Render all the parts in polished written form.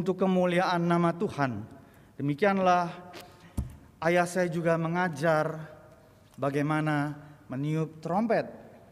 untuk kemuliaan nama Tuhan. Demikianlah ayah saya juga mengajar bagaimana meniup trompet.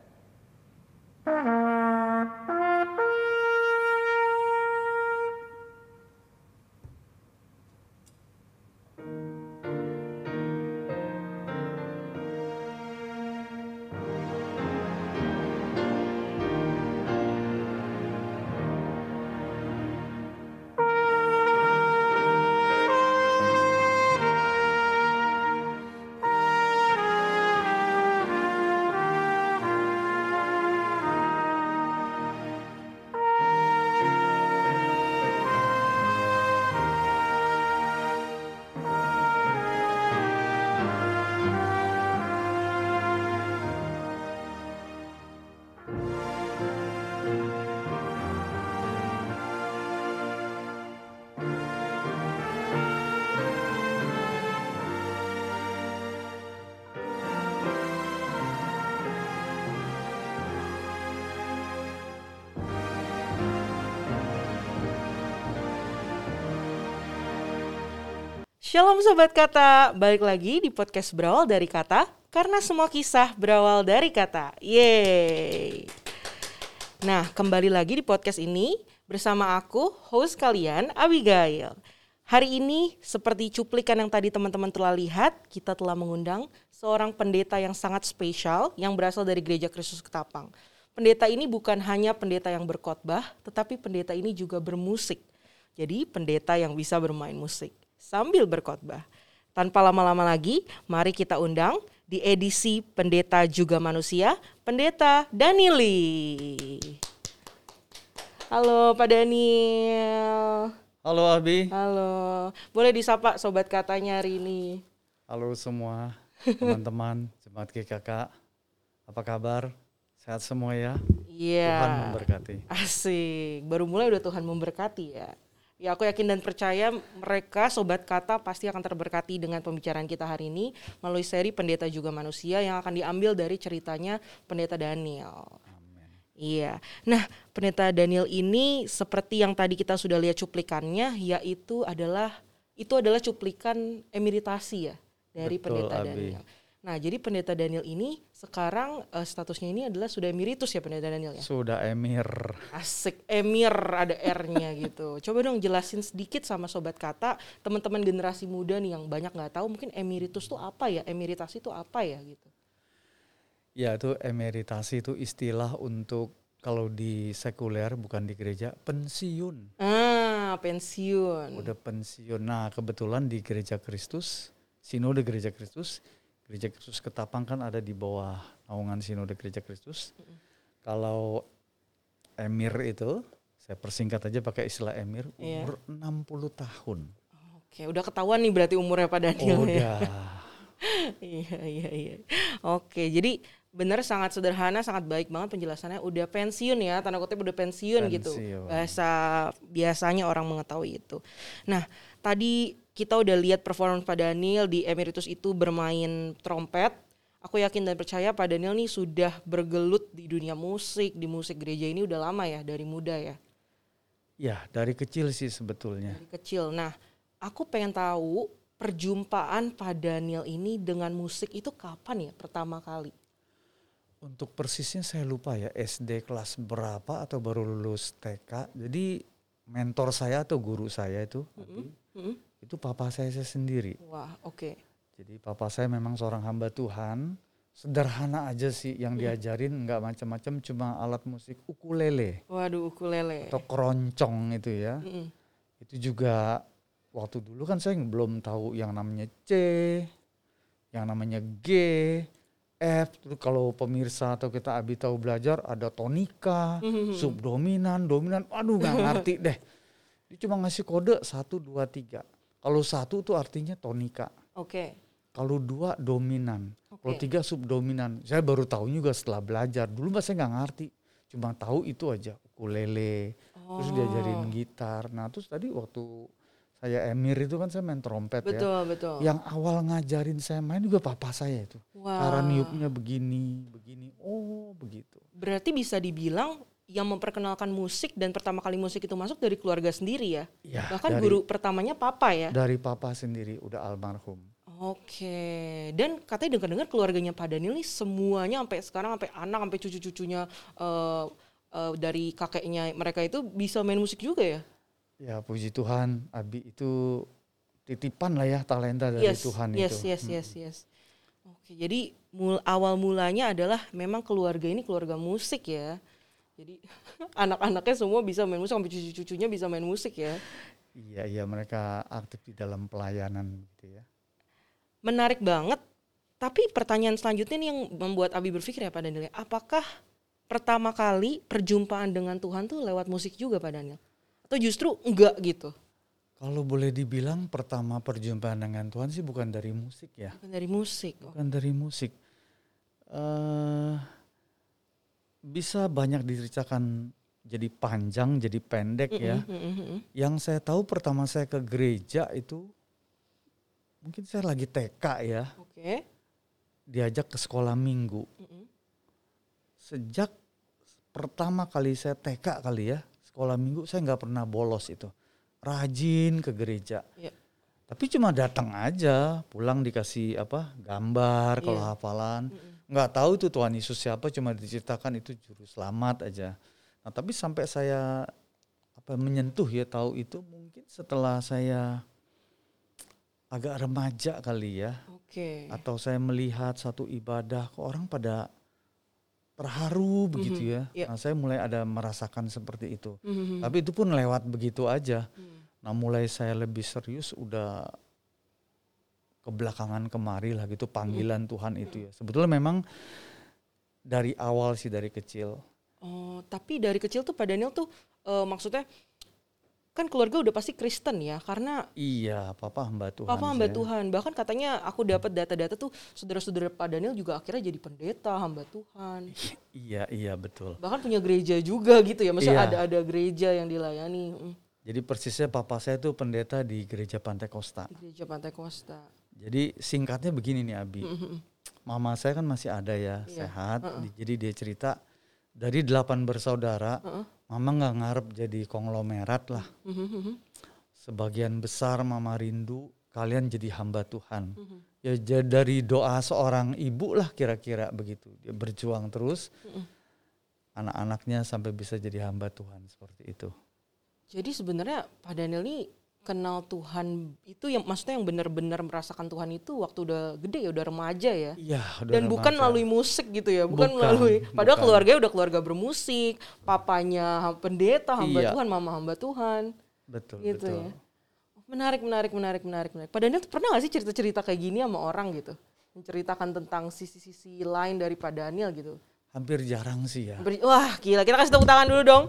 Shalom Sobat Kata, balik lagi di podcast Berawal Dari Kata, karena semua kisah berawal dari kata. Yeay. Nah, kembali lagi di podcast ini bersama aku, host kalian, Abigail. Hari ini, seperti cuplikan yang tadi teman-teman telah lihat, kita telah mengundang seorang pendeta yang sangat spesial yang berasal dari Gereja Kristus Ketapang. Pendeta ini bukan hanya pendeta yang berkhotbah, tetapi pendeta ini juga bermusik. Jadi, pendeta yang bisa bermain musik sambil berkhotbah. Tanpa lama-lama lagi, mari kita undang di edisi Pendeta Juga Manusia, Pendeta Danieli. Halo Pak Daniel. Halo Abi. Halo. Boleh disapa Sobat Katanya hari ini? Halo semua teman-teman Jemaat GKK. Apa kabar? Sehat semua ya? Iya. Tuhan memberkati. Asik. Baru mulai udah Tuhan memberkati ya. Ya, aku yakin dan percaya mereka Sobat Kata pasti akan terberkati dengan pembicaraan kita hari ini melalui seri Pendeta Juga Manusia yang akan diambil dari ceritanya Pendeta Daniel. Amin. Iya. Nah, Pendeta Daniel ini seperti yang tadi kita sudah lihat cuplikannya, yaitu adalah cuplikan emeritasi ya dari Betul, Pendeta Abi. Daniel. Nah, jadi Pendeta Daniel ini sekarang statusnya ini adalah sudah emeritus ya Pendeta Daniel ya? Sudah emir. Asik, emir ada R-nya gitu. Coba dong jelasin sedikit sama Sobat Kata, teman-teman generasi muda nih yang banyak nggak tahu mungkin emeritus tuh apa ya, emeritasi itu apa ya gitu. Ya, itu emeritasi itu istilah untuk kalau di sekuler bukan di gereja pensiun. Pensiun. Udah pensiun. Nah, kebetulan di Gereja Kristus, Sinode Gereja Kristus Ketapang kan ada di bawah naungan Sinode Gereja Kristus. Kalau emir itu, saya persingkat aja pakai istilah emir, umur 60 tahun. Oke, udah ketahuan nih berarti umurnya Pak Daniel ya. Udah. Iya. Oke, jadi benar sangat sederhana, sangat baik banget penjelasannya. Udah pensiun ya, tanda kutip udah pensiun gitu. Bahasa biasanya orang mengetahui itu. Nah, tadi kita udah lihat performance Pak Daniel di emeritus itu bermain trompet. Aku yakin dan percaya Pak Daniel nih sudah bergelut di dunia musik, di musik gereja ini udah lama ya, dari muda ya? Ya, dari kecil sih sebetulnya. Dari kecil. Nah, aku pengen tahu perjumpaan Pak Daniel ini dengan musik itu kapan ya pertama kali? Untuk persisnya saya lupa ya, SD kelas berapa atau baru lulus TK. Jadi mentor saya atau guru saya itu, itu papa saya sendiri. Wah, oke. Jadi papa saya memang seorang hamba Tuhan, sederhana aja sih yang diajarin, nggak macam-macam, cuma alat musik ukulele. Waduh, ukulele. Atau keroncong itu ya. Itu juga waktu dulu kan saya belum tahu yang namanya C, yang namanya G, F. Terus kalau pemirsa atau kita Abi tahu belajar ada tonika, subdominan, dominan. Aduh nggak ngerti deh. Dia cuma ngasih kode 1, 2, 3. Kalau 1 tuh artinya tonika. Oke. Kalau 2 dominan. Kalau 3 subdominan. Saya baru tahu juga setelah belajar. Dulu saya nggak ngerti. Cuma tahu itu aja. Ukulele. Terus diajarin gitar. Nah terus tadi waktu saya emir itu kan saya main trompet ya. Betul. Yang awal ngajarin saya main juga papa saya itu. Wow. Cara niupnya begini. Oh begitu. Berarti bisa dibilang yang memperkenalkan musik dan pertama kali musik itu masuk dari keluarga sendiri ya? Ya, Bahkan guru pertamanya papa ya? Dari papa sendiri, udah almarhum. Oke, dan katanya dengar-dengar keluarganya Pak Daniel nih semuanya sampai sekarang, sampai anak, sampai cucu-cucunya dari kakeknya mereka itu bisa main musik juga ya? Ya puji Tuhan, Abi itu titipan lah ya, talenta dari Tuhan itu. Yes. Oke, jadi awal mulanya adalah memang keluarga ini keluarga musik ya. Jadi anak-anaknya semua bisa main musik, sampai cucu-cucunya bisa main musik ya. Iya mereka aktif di dalam pelayanan gitu ya. Menarik banget. Tapi pertanyaan selanjutnya nih yang membuat Abi berpikir ya Pak Daniel, apakah pertama kali perjumpaan dengan Tuhan tuh lewat musik juga Pak Daniel? Atau justru enggak gitu? Kalau boleh dibilang pertama perjumpaan dengan Tuhan sih bukan dari musik ya. Bukan dari musik. Bukan dari musik. Bisa banyak diceritakan, jadi panjang, jadi pendek ya. Yang saya tahu pertama saya ke gereja itu, mungkin saya lagi TK ya. Oke. Diajak ke sekolah minggu. Sejak pertama kali saya TK kali ya, sekolah minggu saya nggak pernah bolos itu. Rajin ke gereja. Yeah. Tapi cuma datang aja, pulang dikasih gambar kalau hafalan. Nggak tahu itu Tuhan Yesus siapa, cuma diceritakan itu juru selamat aja. Nah tapi sampai saya menyentuh ya tahu itu mungkin setelah saya agak remaja kali ya. Okay. Atau saya melihat satu ibadah kok orang pada terharu begitu ya. Nah saya mulai ada merasakan seperti itu. Tapi itu pun lewat begitu aja. Nah mulai saya lebih serius udah kebelakangan kemari lah gitu panggilan Tuhan itu ya. Sebetulnya memang dari awal sih, dari kecil. Oh, tapi dari kecil tuh Pak Daniel tuh maksudnya kan keluarga udah pasti Kristen ya, karena iya, papa hamba Tuhan. Papa hamba Tuhan. Bahkan katanya aku dapat data-data tuh saudara-saudara Pak Daniel juga akhirnya jadi pendeta, hamba Tuhan. Iya betul. Bahkan punya gereja juga gitu ya, maksudnya ada gereja yang dilayani. Jadi persisnya papa saya tuh pendeta di Gereja Pantai Kosta. Gereja Pantai Kosta. Jadi singkatnya begini nih Abi, mama saya kan masih ada ya, sehat. Jadi dia cerita dari 8 bersaudara, mama nggak ngarep jadi konglomerat lah. Sebagian besar mama rindu kalian jadi hamba Tuhan. Ya dari doa seorang ibu lah kira-kira begitu. Dia berjuang terus, anak-anaknya sampai bisa jadi hamba Tuhan seperti itu. Jadi sebenarnya Pak Daniel ini kenal Tuhan itu yang maksudnya yang benar-benar merasakan Tuhan itu waktu udah gede ya, udah remaja ya. Iya, udah dan remaja. Bukan melalui musik gitu ya, bukan melalui. Padahal keluarganya udah keluarga bermusik, papanya pendeta, hamba Tuhan, mama hamba Tuhan. Betul, gitu betul. Ya. Menarik. Pak Daniel pernah nggak sih cerita-cerita kayak gini sama orang gitu, menceritakan tentang sisi-sisi lain dari Pak Daniel gitu? Hampir jarang sih ya. Wah gila, kita kasih tepuk tangan dulu dong.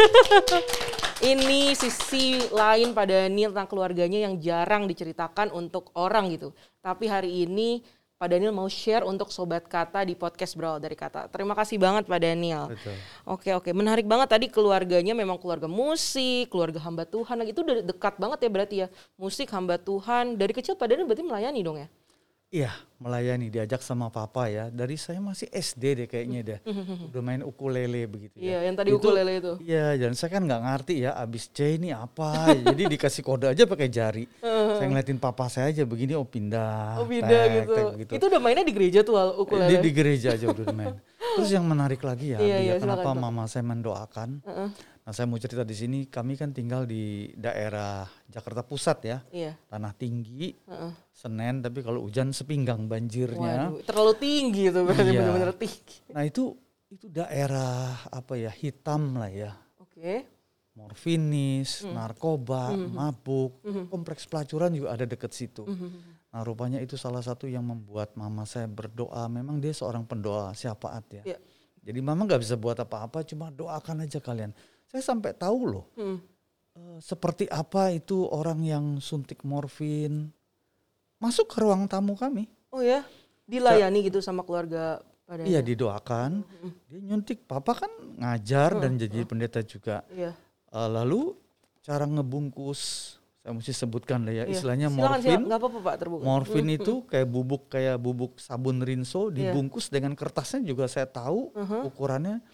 Ini sisi lain Pak Daniel tentang keluarganya yang jarang diceritakan untuk orang gitu. Tapi hari ini Pak Daniel mau share untuk Sobat Kata di podcast Berawal dari Kata. Terima kasih banget Pak Daniel. Betul. Oke. Menarik banget tadi keluarganya memang keluarga musik, keluarga hamba Tuhan. Itu udah dekat banget ya berarti ya. Musik, hamba Tuhan. Dari kecil Pak Daniel berarti melayani dong ya? Iya, melayani, diajak sama papa ya. Dari saya masih SD deh kayaknya deh. Udah main ukulele begitu ya. Iya, yang tadi ukulele itu. Iya, dan saya kan nggak ngerti ya abis C ini apa. Jadi dikasih kode aja pakai jari. Saya ngeliatin papa saya aja begini, pindah. Oh pindah gitu. Itu udah mainnya di gereja tuh ukulele? Di gereja aja udah main. Terus yang menarik lagi ya, kenapa mama saya mendoakan. Nah saya mau cerita di sini, kami kan tinggal di daerah Jakarta Pusat ya. Iya. Tanah tinggi, Senen, tapi kalau hujan sepinggang banjirnya. Waduh, terlalu tinggi itu berarti, benar-benar tinggi. Nah itu daerah hitam lah ya. Oke. Morfinis, narkoba, mabuk, kompleks pelacuran juga ada dekat situ. Nah rupanya itu salah satu yang membuat mama saya berdoa. Memang dia seorang pendoa syafaat ya. Yeah. Jadi mama gak bisa buat apa-apa, cuma doakan aja kalian. Saya sampai tahu loh, seperti apa itu orang yang suntik morfin masuk ke ruang tamu kami. Oh ya, dilayani gitu sama keluarga padanya. Iya didoakan, dia nyuntik. Papa kan ngajar dan jadi pendeta juga. Iya. Lalu cara ngebungkus, saya mesti sebutkan lah ya, istilahnya morfin. Nggak apa-apa Pak, terbuka. Morfin itu kayak bubuk sabun rinso, dibungkus dengan kertasnya juga saya tahu ukurannya.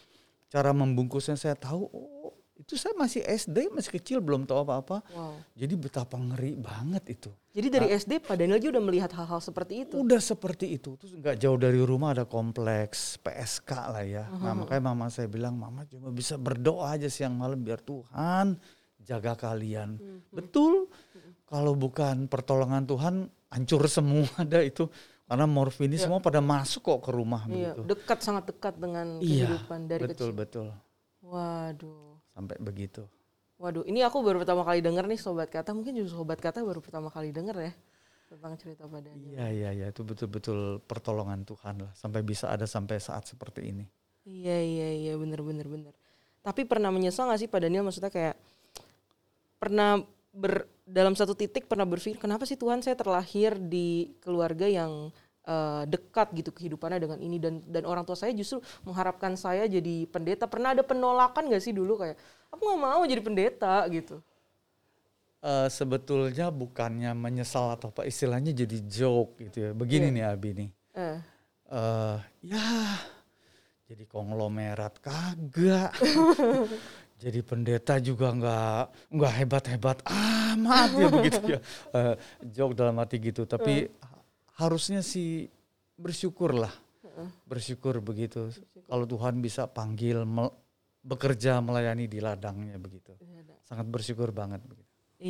cara membungkusnya saya tahu, itu saya masih SD, masih kecil, belum tahu apa-apa. Wow. Jadi betapa ngeri banget itu. Jadi dari SD Pak Daniel aja udah melihat hal-hal seperti itu? Udah seperti itu. Terus gak jauh dari rumah ada kompleks PSK lah ya. Nah makanya mama saya bilang, mama cuma bisa berdoa aja siang malam biar Tuhan jaga kalian. Betul, kalau bukan pertolongan Tuhan hancur semua ada itu. Karena morfin ini semua pada masuk kok ke rumah begitu. Dekat, sangat dekat dengan kehidupan dari kecil. Betul. Waduh. Sampai begitu. Waduh, ini aku baru pertama kali denger nih Sobat Kata. Mungkin juga Sobat Kata baru pertama kali denger ya tentang cerita Pak Daniel. Iya, itu betul-betul pertolongan Tuhan lah. Sampai bisa ada sampai saat seperti ini. Iya, bener. Tapi pernah menyesal gak sih Pak Daniel? Maksudnya kayak pernah dalam satu titik pernah berpikir, kenapa sih Tuhan saya terlahir di keluarga yang dekat gitu kehidupannya dengan ini, dan orang tua saya justru mengharapkan saya jadi pendeta. Pernah ada penolakan gak sih dulu kayak aku gak mau jadi pendeta gitu? Sebetulnya bukannya menyesal atau apa, istilahnya jadi joke gitu ya. Begini nih Abi nih. Ya jadi konglomerat kagak. Jadi pendeta juga nggak hebat-hebat amat ya begitu ya. Joke dalam hati gitu, tapi harusnya sih bersyukur lah. Bersyukur begitu. Kalau Tuhan bisa panggil bekerja melayani di ladangnya begitu. Sangat bersyukur banget begitu.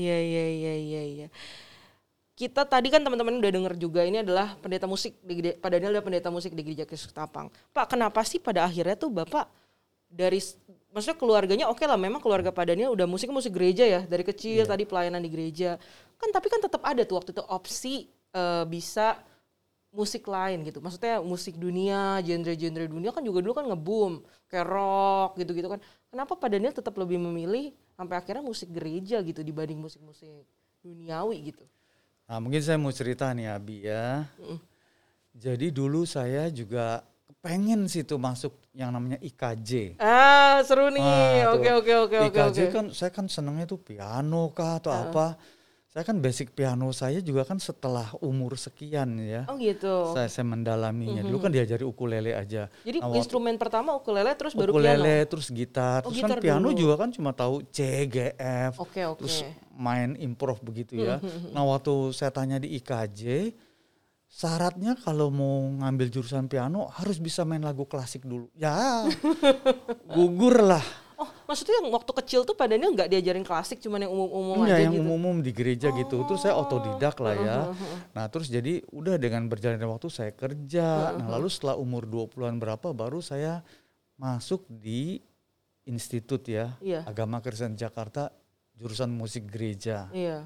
Iya. Kita tadi kan teman-teman udah denger juga, ini adalah pendeta musik Pak Daniel adalah pendeta musik di Gereja Kristus Ketapang. Pak, kenapa sih pada akhirnya tuh Bapak dari, maksudnya keluarganya oke lah, memang keluarga Pak Daniel udah musik gereja ya dari kecil, tadi pelayanan di gereja kan, tapi kan tetap ada tuh waktu itu opsi bisa musik lain gitu, maksudnya musik dunia, genre-genre dunia kan juga dulu kan nge-boom kayak rock gitu-gitu kan. Kenapa Pak Daniel tetap lebih memilih sampai akhirnya musik gereja gitu dibanding musik-musik duniawi gitu? Nah mungkin saya mau cerita nih Abi ya. Jadi dulu saya juga pengen sih tuh masuk yang namanya IKJ. Seru nih. Oke. IKJ kan saya kan senengnya tuh piano kah atau apa. Saya kan basic piano saya juga kan setelah umur sekian ya. Oh gitu. Saya mendalaminya. Dulu kan diajari ukulele aja. Jadi instrumen pertama ukulele terus baru piano. Ukulele terus gitar. Terus kan piano dulu juga kan cuma tahu C, G, F. Oke. Terus main improv begitu ya. Nah waktu saya tanya di IKJ, syaratnya kalau mau ngambil jurusan piano harus bisa main lagu klasik dulu. Ya, gugur lah. Oh, maksudnya yang waktu kecil tuh Pak Daniel nggak diajarin klasik, cuman yang umum-umum aja yang gitu? Yang umum di gereja gitu. Terus saya otodidak lah ya. Nah terus jadi udah dengan berjalannya waktu saya kerja. Nah lalu setelah umur 20-an berapa baru saya masuk di institut ya. Agama Kristen Jakarta, jurusan musik gereja. Ya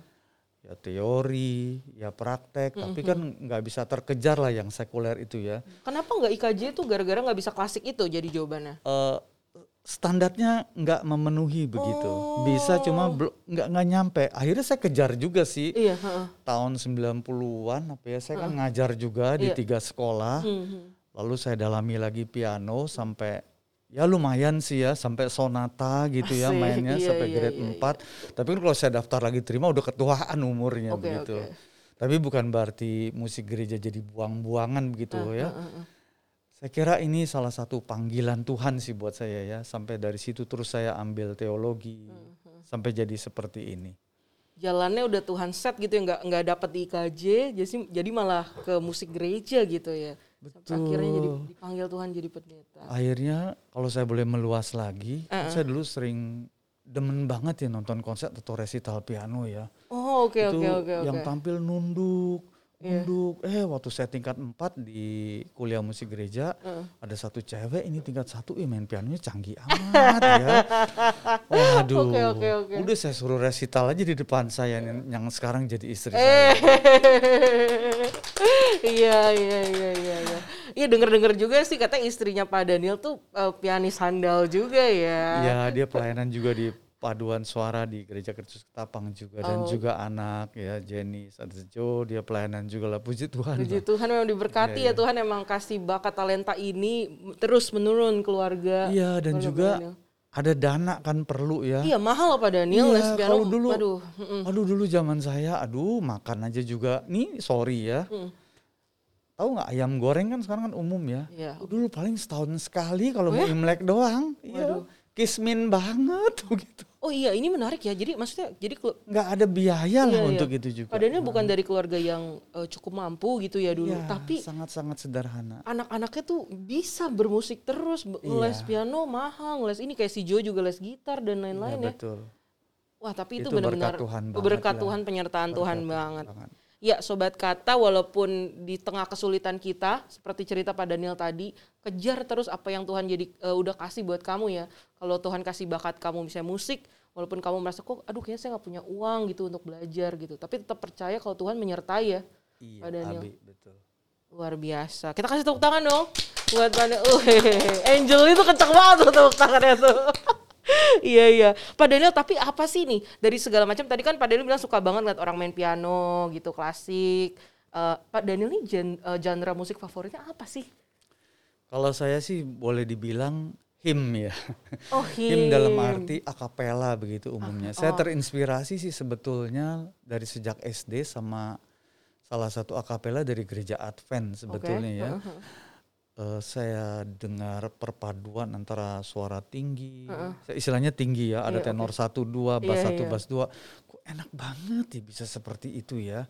teori, ya praktek, tapi kan nggak bisa terkejar lah yang sekuler itu ya. Kenapa nggak IKJ tuh gara-gara nggak bisa klasik itu jadi jawabannya? Standarnya nggak memenuhi begitu, bisa cuma nggak nyampe. Akhirnya saya kejar juga sih. Tahun 90-an apa ya, saya kan ngajar juga di 3 sekolah. Lalu saya dalami lagi piano sampai ya lumayan sih ya, sampai sonata gitu ya mainnya sampai grade 4. Tapi kan kalau saya daftar lagi terima udah ketuaan umurnya begitu. Tapi bukan berarti musik gereja jadi buang-buangan begitu ya. Saya kira ini salah satu panggilan Tuhan sih buat saya ya. Sampai dari situ terus saya ambil teologi sampai jadi seperti ini. Jalannya udah Tuhan set gitu ya, nggak dapat di IKJ, jadi malah ke musik gereja gitu ya. Betul. Sampai akhirnya jadi dipanggil Tuhan jadi pendeta. Akhirnya kalau saya boleh meluas lagi, saya dulu sering demen banget ya nonton konser atau resital piano ya. Oh oke. Yang tampil nunduk. Waktu saya tingkat 4 di kuliah musik gereja, ada satu cewek ini tingkat 1, main pianonya canggih amat ya. Waduh, udah saya suruh resital aja di depan saya yang sekarang jadi istri saya. Iya. Iya denger juga sih katanya istrinya Pak Daniel tuh pianis handal juga ya. Iya dia pelayanan juga di paduan suara di Gereja Kristus Ketapang juga dan juga anak ya Jenny Sadjo dia pelayanan juga lah, puji Tuhan. Puji Tuhan memang diberkati ya Tuhan emang kasih bakat talenta ini terus menurun keluarga. Iya dan juga ada dana kan perlu ya. Iya mahal loh Pak Daniel les piano. Kalau dulu, dulu zaman saya makan aja juga nih sorry ya. tahu nggak ayam goreng kan sekarang kan umum ya. Iya. Dulu paling setahun sekali kalau mau Imlek doang. Iya. Kismin banget gitu. Oh iya, ini menarik ya. Jadi maksudnya nggak ada biaya lah untuk itu juga. Padahal bukan dari keluarga yang cukup mampu gitu ya dulu, tapi sangat-sangat sederhana. Anak-anaknya tuh bisa bermusik terus, les piano mahal, les ini kayak si Jo juga les gitar dan lain-lain ya. Betul. Wah, tapi itu benar-benar berkat Tuhan, penyertaan Tuhan banget. Ya, Sobat Kata, walaupun di tengah kesulitan kita, seperti cerita Pak Daniel tadi, kejar terus apa yang Tuhan udah kasih buat kamu ya. Kalau Tuhan kasih bakat kamu misalnya musik, walaupun kamu merasa kok, aduh kayaknya saya nggak punya uang gitu untuk belajar gitu. Tapi tetap percaya kalau Tuhan menyertai ya, Pak Daniel. Abi, betul. Luar biasa. Kita kasih tepuk tangan dong buat Pak Daniel. Angel itu kenceng banget tuh tepuk tangannya tuh. Iya. Pak Daniel, tapi apa sih nih dari segala macam? Tadi kan Pak Daniel bilang suka banget lihat orang main piano gitu, klasik. Pak Daniel nih genre musik favoritnya apa sih? Kalau saya sih boleh dibilang hymn ya. Oh, hymn dalam arti akapela begitu umumnya. Saya terinspirasi sih sebetulnya dari sejak SD sama salah satu akapela dari gereja Advent sebetulnya ya. Saya dengar perpaduan antara suara tinggi, istilahnya tinggi ya, ada tenor 1-2, bass 1, bass 2. Kok enak banget ya bisa seperti itu ya.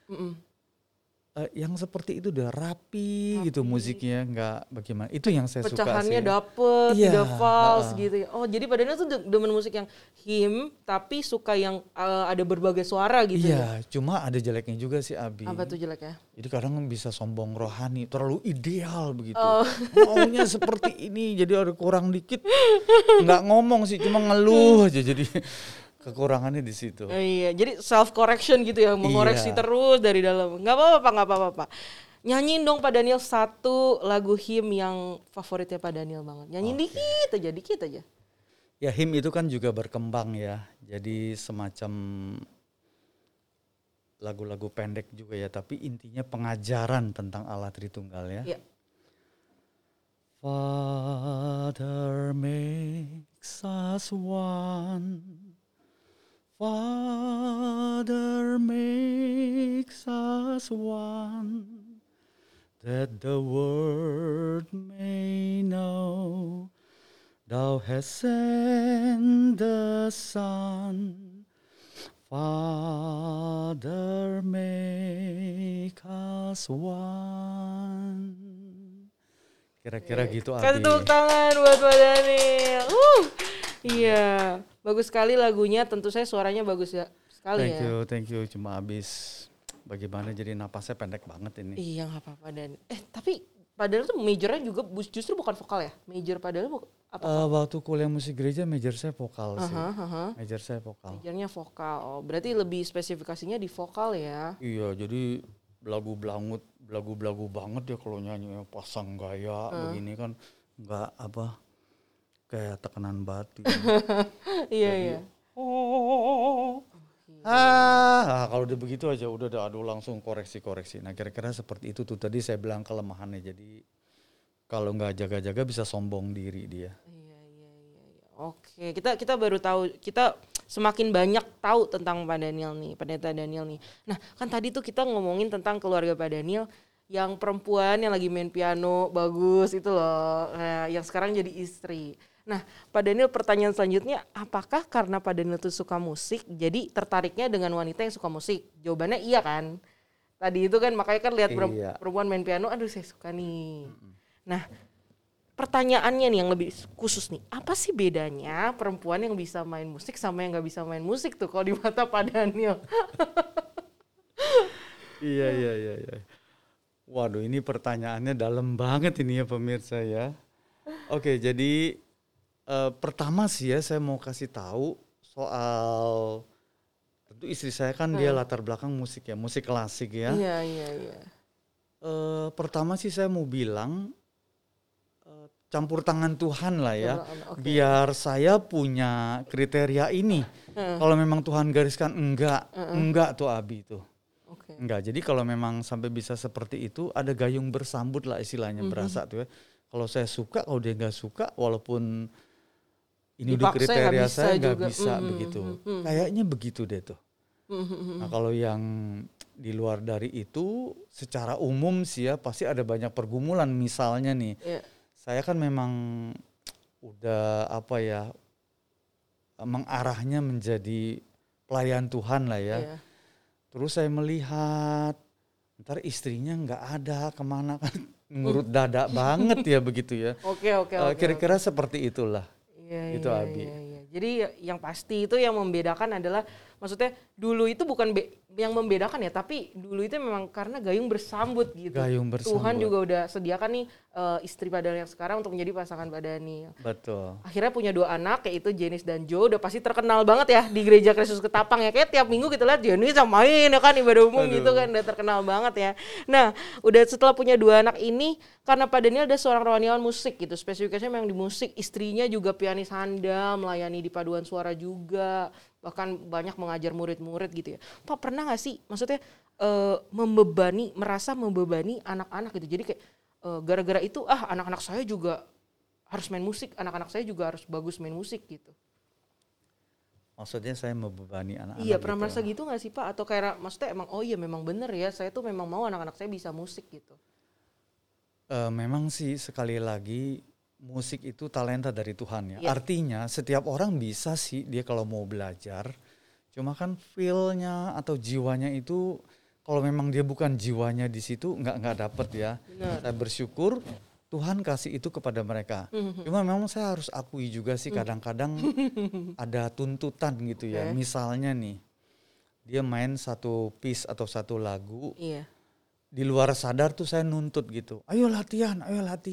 Yang seperti itu udah rapi gitu musiknya, nggak bagaimana. Itu yang saya suka sih. Pecahannya dapet, tidak false gitu ya. Oh, jadi padahal tuh demen musik yang hymn tapi suka yang ada berbagai suara gitu. Iya, cuma ada jeleknya juga sih Abi. Apa tuh jeleknya? Jadi kadang bisa sombong rohani, terlalu ideal begitu. Maunya seperti ini, jadi ada kurang dikit. Nggak ngomong sih, cuma ngeluh aja jadi. Kekurangannya di situ. Iya, jadi self correction gitu ya, mengoreksi terus dari dalam. Nggak apa-apa. Nyanyiin dong Pak Daniel satu lagu hymn yang favoritnya Pak Daniel banget. Nyanyiin dikit aja. Ya hymn itu kan juga berkembang ya. Jadi semacam lagu-lagu pendek juga ya, tapi intinya pengajaran tentang Allah Tritunggal ya. Iya. Father makes us one. Father makes us one, that the world may know Thou hast sent the Son. Father, make us one. Kira-kira gitu Abi. Kasih tepuk tangan buat Pak Daniel. Iya, bagus sekali lagunya. Tentu saya suaranya bagus ya sekali. Thank you. Cuma habis bagaimana jadi napasnya pendek banget ini. Iya nggak apa-apa dan. Tapi padahal tuh majornya juga justru bukan vokal ya. Major padahal apa? Waktu kuliah musik gereja major saya vokal sih. Major saya vokal. Majornya vokal. Oh, berarti lebih spesifikasinya di vokal ya? Iya, jadi belagu banget ya kalau nyanyi pasang gaya begini kan nggak apa. Kayak tekanan batu. Iya. Kalau udah begitu aja udah langsung koreksi. Nah kira-kira seperti itu tuh tadi saya bilang kelemahannya. Jadi kalau nggak jaga-jaga bisa sombong diri dia. Iya. Oke, kita baru tahu, kita semakin banyak tahu tentang Pak Daniel nih, Pendeta Daniel nih. Nah kan tadi tuh kita ngomongin tentang keluarga Pak Daniel. Yang perempuan yang lagi main piano bagus itu loh, yang sekarang jadi istri. Nah, Pak Daniel pertanyaan selanjutnya, apakah karena Pak Daniel tuh suka musik, jadi tertariknya dengan wanita yang suka musik? Jawabannya iya kan? Tadi itu kan makanya kan lihat perempuan main piano, aduh saya suka nih. Nah, pertanyaannya nih yang lebih khusus nih, apa sih bedanya perempuan yang bisa main musik sama yang gak bisa main musik tuh kalau di mata Pak Daniel? Iya. Waduh, ini pertanyaannya dalam banget ini ya pemirsa ya. Oke, jadi pertama sih ya saya mau kasih tahu soal tentu istri saya kan dia latar belakang musik ya, musik klasik ya. Iya. Pertama sih saya mau bilang campur tangan Tuhan lah ya. Biar saya punya kriteria ini. Kalau memang Tuhan gariskan enggak tuh Abi tuh. Enggak. Jadi kalau memang sampai bisa seperti itu ada gayung bersambut lah istilahnya berasa tuh ya. Kalau saya suka, kalau dia nggak suka, walaupun ini udah kriteria saya nggak bisa begitu. Kayaknya begitu deh tuh. Nah kalau yang di luar dari itu secara umum sih ya pasti ada banyak pergumulan. Misalnya nih, saya kan memang udah mengarahnya menjadi pelayan Tuhan lah ya. Terus saya melihat ntar istrinya nggak ada kemana kan, ngurut dada banget ya begitu ya. Oke. Kira-kira seperti itulah. Itu Abi. Jadi yang pasti itu yang membedakan adalah, maksudnya dulu itu bukan yang membedakan ya, tapi dulu itu memang karena gayung bersambut gitu. Tuhan juga udah sediakan nih istri Pak Daniel yang sekarang untuk menjadi pasangan Pak Daniel. Betul. Akhirnya punya 2 anak yaitu Janice dan Joe, udah pasti terkenal banget ya di Gereja Kristus Ketapang ya. Kayak tiap minggu kita lihat Janice sama main ya kan, ibadah umum gitu kan, udah terkenal banget ya. Nah, udah setelah punya 2 anak ini, karena Pak Daniel ada seorang rohaniawan musik gitu, spesifikasinya memang di musik, istrinya juga pianis handal, melayani di paduan suara juga, bahkan banyak mengajar murid-murid gitu ya. Pak, pernah gak sih maksudnya merasa membebani anak-anak gitu, jadi kayak gara-gara itu anak-anak saya juga harus main musik, anak-anak saya juga harus bagus main musik gitu. Maksudnya saya membebani anak-anak. Iya, pernah merasa gitu gak sih Pak? Atau kayak maksudnya emang memang bener ya, saya tuh memang mau anak-anak saya bisa musik gitu. Memang sih sekali lagi musik itu talenta dari Tuhan ya. Artinya setiap orang bisa sih dia kalau mau belajar. Cuma kan feel-nya atau jiwanya itu kalau memang dia bukan jiwanya di situ nggak dapet ya. Benar. Saya bersyukur Tuhan kasih itu kepada mereka. Cuma memang saya harus akui juga sih kadang-kadang ada tuntutan gitu ya. Misalnya nih dia main satu piece atau satu lagu. Di luar sadar tuh saya nuntut gitu. Ayo latihan.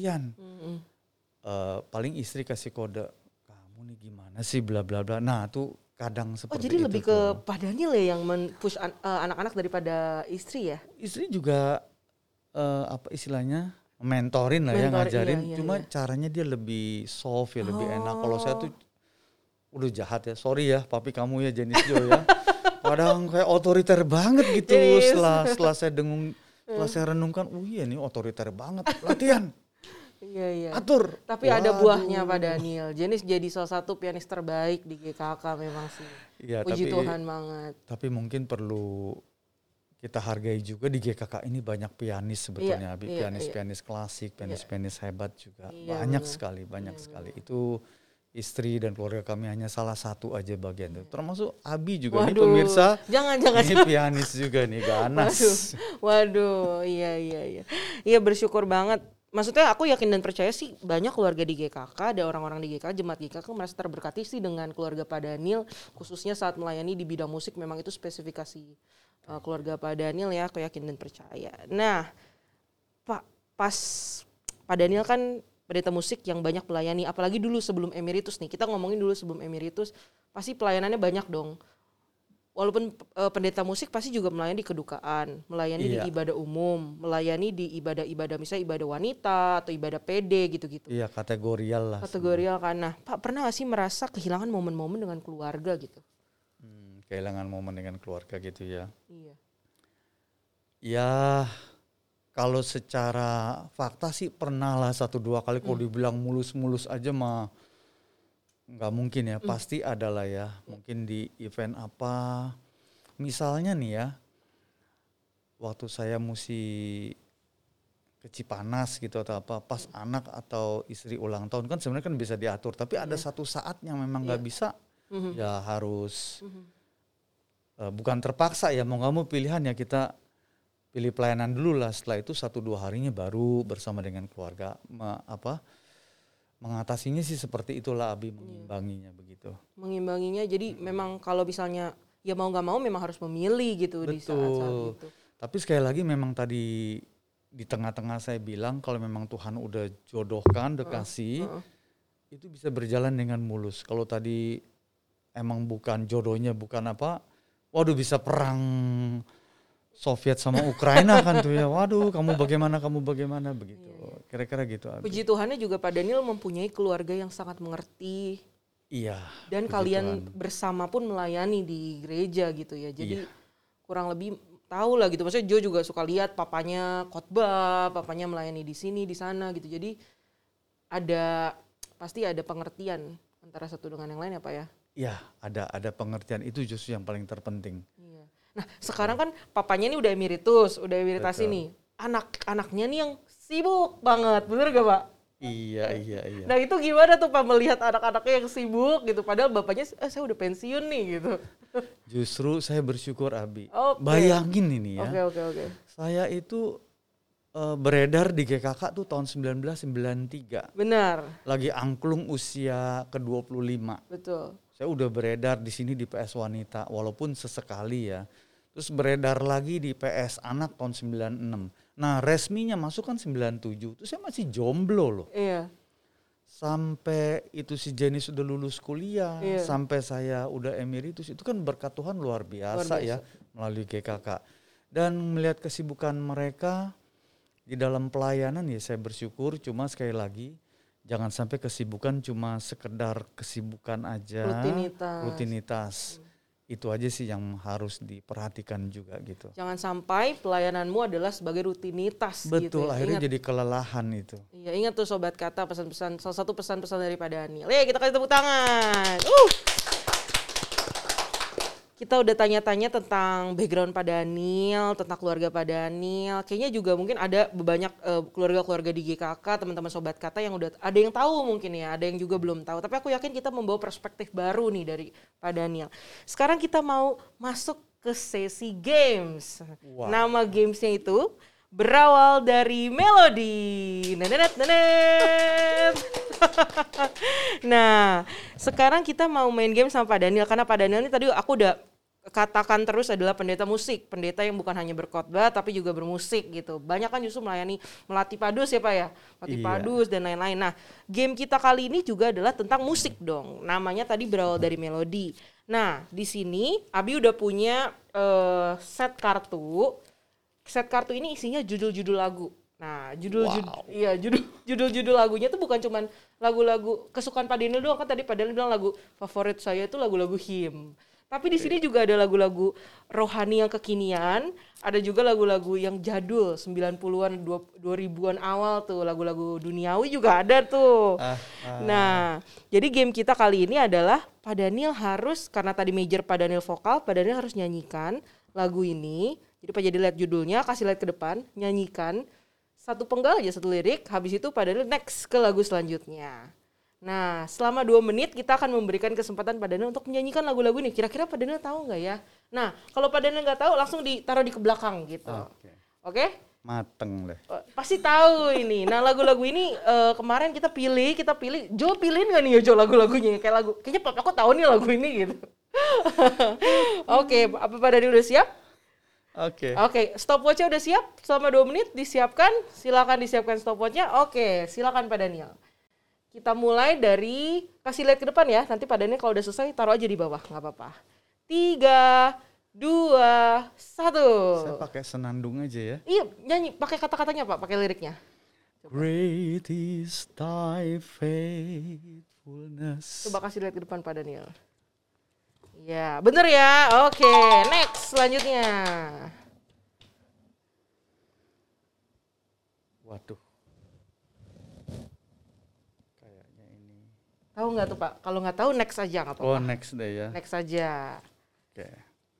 Paling istri kasih kode, kamu nih gimana sih bla bla bla. Nah tuh kadang seperti itu. Jadi lebih ke Pak Daniel ya yang men-push anak-anak daripada istri ya? Istri juga istilahnya mentorin lah ya, ngajarin. Cuma caranya dia lebih soft ya, lebih enak. Kalau saya tuh udah jahat ya, sorry ya papi kamu ya Janice Joe ya. Kadang kayak otoriter banget gitu. Setelah saya setelah saya renungkan, iya nih otoriter banget, latihan. Iya. Atur. Tapi ada buahnya Pak Daniel. Janice jadi salah satu pianis terbaik di GKK memang sih. Iya, puji Tuhan banget. Tapi mungkin perlu kita hargai juga di GKK ini banyak pianis sebetulnya. Pianis klasik, pianis hebat juga. Banyak sekali. Itu istri dan keluarga kami hanya salah satu aja bagian itu. Termasuk Abi juga. Waduh, nih pemirsa. Jangan. Ini pianis juga nih, ganas. Waduh, iya. Iya, bersyukur banget. Maksudnya aku yakin dan percaya sih banyak keluarga di GKK, ada orang-orang di GKK, jemaat GKK merasa terberkati sih dengan keluarga Pak Daniel, khususnya saat melayani di bidang musik. Memang itu spesifikasi keluarga Pak Daniel ya, aku yakin dan percaya. Nah, Pak, pas Pak Daniel kan pendeta musik yang banyak melayani, apalagi dulu sebelum emeritus nih, kita ngomongin dulu sebelum emeritus, pasti pelayanannya banyak dong. Walaupun pendeta musik pasti juga melayani di kedukaan, melayani di ibadah umum, melayani di ibadah-ibadah misalnya ibadah wanita atau ibadah PD gitu-gitu. Iya, kategorial lah. Kategorial kan. Nah, Pak pernah gak sih merasa kehilangan momen-momen dengan keluarga gitu? Kehilangan momen dengan keluarga gitu ya. Iya. Ya, kalau secara fakta sih pernah lah 1-2 kali. Kalau dibilang mulus-mulus aja mah nggak mungkin ya, pasti ada lah ya. Mungkin di event apa, misalnya nih ya, waktu saya mesti ke Cipanas gitu atau apa, pas anak atau istri ulang tahun kan sebenarnya kan bisa diatur, tapi ada satu saat yang memang nggak bisa, ya harus bukan terpaksa ya, mau nggak mau pilihan ya kita pilih pelayanan dulu lah. Setelah itu 1-2 harinya baru bersama dengan keluarga mengatasinya sih seperti itulah Abi, mengimbanginya begitu. Mengimbanginya, jadi memang kalau misalnya ya mau nggak mau memang harus memilih gitu. Betul. Di saat-saat itu. Tapi sekali lagi memang tadi di tengah-tengah saya bilang kalau memang Tuhan udah jodohkan, udah kasih, itu bisa berjalan dengan mulus. Kalau tadi emang bukan jodohnya, bukan apa, waduh bisa perang Soviet sama Ukraina kan tuh ya, waduh kamu bagaimana begitu. Kira-kira gitu. Puji Tuhannya juga Pak Daniel mempunyai keluarga yang sangat mengerti. Iya. Dan kalian bersama pun melayani di gereja gitu ya. Jadi kurang lebih tahu lah gitu. Maksudnya Joe juga suka lihat papanya khotbah, papanya melayani di sini, di sana gitu. Jadi pasti ada pengertian antara satu dengan yang lain ya Pak ya. Iya, ada pengertian, itu justru yang paling terpenting. Iya. Nah sekarang kan papanya nih udah emeritus, udah emeritasi Betul. nih. Anak-anaknya nih yang sibuk banget, bener gak Pak? Iya. Nah itu gimana tuh Pak melihat anak-anaknya yang sibuk gitu, padahal bapaknya saya udah pensiun nih gitu. Justru saya bersyukur Abi. Oke. Bayangin ini ya. Oke. Saya itu beredar di GKK tuh tahun 1993. Benar. Lagi angklung usia ke-25. Betul. Saya udah beredar di sini di PS Wanita walaupun sesekali ya. Terus beredar lagi di PS Anak tahun 96. Nah, resminya masuk kan 97. Terus saya masih jomblo loh. Iya. Sampai itu si Jenny sudah lulus kuliah, Iya. sampai saya udah emeritus, itu kan berkat Tuhan luar biasa ya melalui GKK. Dan melihat kesibukan mereka di dalam pelayanan ya saya bersyukur, cuma sekali lagi jangan sampai kesibukan cuma sekedar kesibukan aja, rutinitas. Itu aja sih yang harus diperhatikan juga gitu. Jangan sampai pelayananmu adalah sebagai rutinitas. Betul, gitu ya. akhirnya jadi kelelahan itu. Iya, ingat tuh Sobat Kata pesan-pesan, salah satu pesan-pesan dari Pak Daniel. Kita kasih tepuk tangan. Kita udah tanya-tanya tentang background Pak Daniel, tentang keluarga Pak Daniel. Kayaknya juga mungkin ada banyak keluarga-keluarga di GKK, teman-teman Sobat Kata yang udah ada yang tahu mungkin ya, ada yang juga belum tahu. Tapi aku yakin kita membawa perspektif baru nih dari Pak Daniel. Sekarang kita mau masuk ke sesi games. Wow. Nama gamesnya itu berawal dari melodi. Nenet. Nah, sekarang kita mau main game sama Pak Daniel. Karena Pak Daniel ini tadi aku udah katakan terus adalah pendeta musik. Pendeta yang bukan hanya berkhotbah tapi juga bermusik gitu. Banyak kan justru melatih padus ya Pak ya. Melatih padus dan lain-lain. Nah, game kita kali ini juga adalah tentang musik dong. Namanya tadi berawal dari melodi. Nah, di sini Abi udah punya set kartu. Set kartu ini isinya judul-judul lagu. Nah, judul-judul lagunya tuh bukan cuman lagu-lagu kesukaan Pak Daniel doang, kan tadi Pak Daniel bilang lagu favorit saya itu lagu-lagu hymn. Tapi di sini juga ada lagu-lagu rohani yang kekinian, ada juga lagu-lagu yang jadul 90-an 2000-an awal tuh, lagu-lagu duniawi juga ada tuh. Nah, jadi game kita kali ini adalah Pak Daniel harus, karena tadi major Pak Daniel vokal, Pak Daniel harus nyanyikan lagu ini. Jadi Pak Jadi lihat judulnya, kasih lihat ke depan, nyanyikan satu penggal aja, satu lirik, habis itu Pak Daniel next ke lagu selanjutnya. Nah, selama 2 menit kita akan memberikan kesempatan Pak Daniel untuk menyanyikan lagu-lagu ini. Kira-kira Pak Daniel tahu nggak ya? Nah, kalau Pak Daniel nggak tahu, langsung ditaruh di belakang gitu. Oke? Mateng deh. Pasti tahu ini. Nah, lagu-lagu ini kemarin kita pilih. Jo pilihin nggak nih Jo lagu-lagunya? Kayaknya Papa aku tahu nih lagu ini gitu. Oke, apa Pak Daniel udah siap? Oke, stopwatch-nya udah siap? Selama 2 menit disiapkan. Silakan disiapkan stopwatch-nya. Oke, silakan Pak Daniel. Kita mulai dari kasih lihat ke depan ya. Nanti Pak Daniel kalau udah selesai taruh aja di bawah, nggak apa-apa. 3, 2, 1. Saya pakai senandung aja ya. Iya, nyanyi pakai kata-katanya Pak, pakai liriknya. Great is thy faithfulness. Coba kasih lihat ke depan Pak Daniel. Ya, bener ya. Oke, next selanjutnya. Waduh. Kayaknya ini. Tahu nggak tuh Pak? Kalau nggak tahu next aja nggak apa-apa. Oh, next deh ya. Next aja. Oke.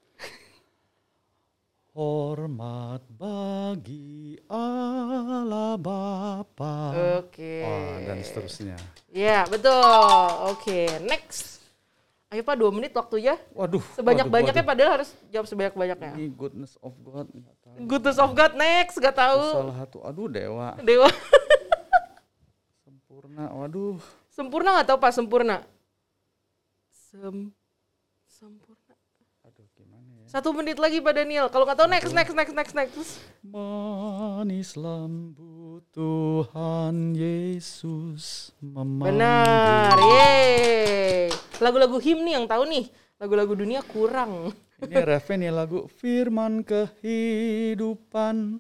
Hormat bagi Allah Bapa. Oke. Dan seterusnya. Ya, betul. Oke, next. Ayo Pak, 2 menit waktunya. Waduh. Sebanyak-banyaknya padahal harus jawab sebanyak-banyaknya. Ini goodness of God. Nggak tahu. Goodness of God next, nggak tahu. Salah satu. Aduh, dewa. Sempurna. Waduh. Sempurna nggak tahu Pak, sempurna. Sempurna. Aduh, gimana ya? 1 menit lagi Pak Daniel. Kalau nggak tahu next. Manis lambut Tuhan Yesus memanggil. Benar, yeay. Lagu-lagu hymn nih yang tahu nih. Lagu-lagu dunia kurang. Ini refnya nih lagu Firman Kehidupan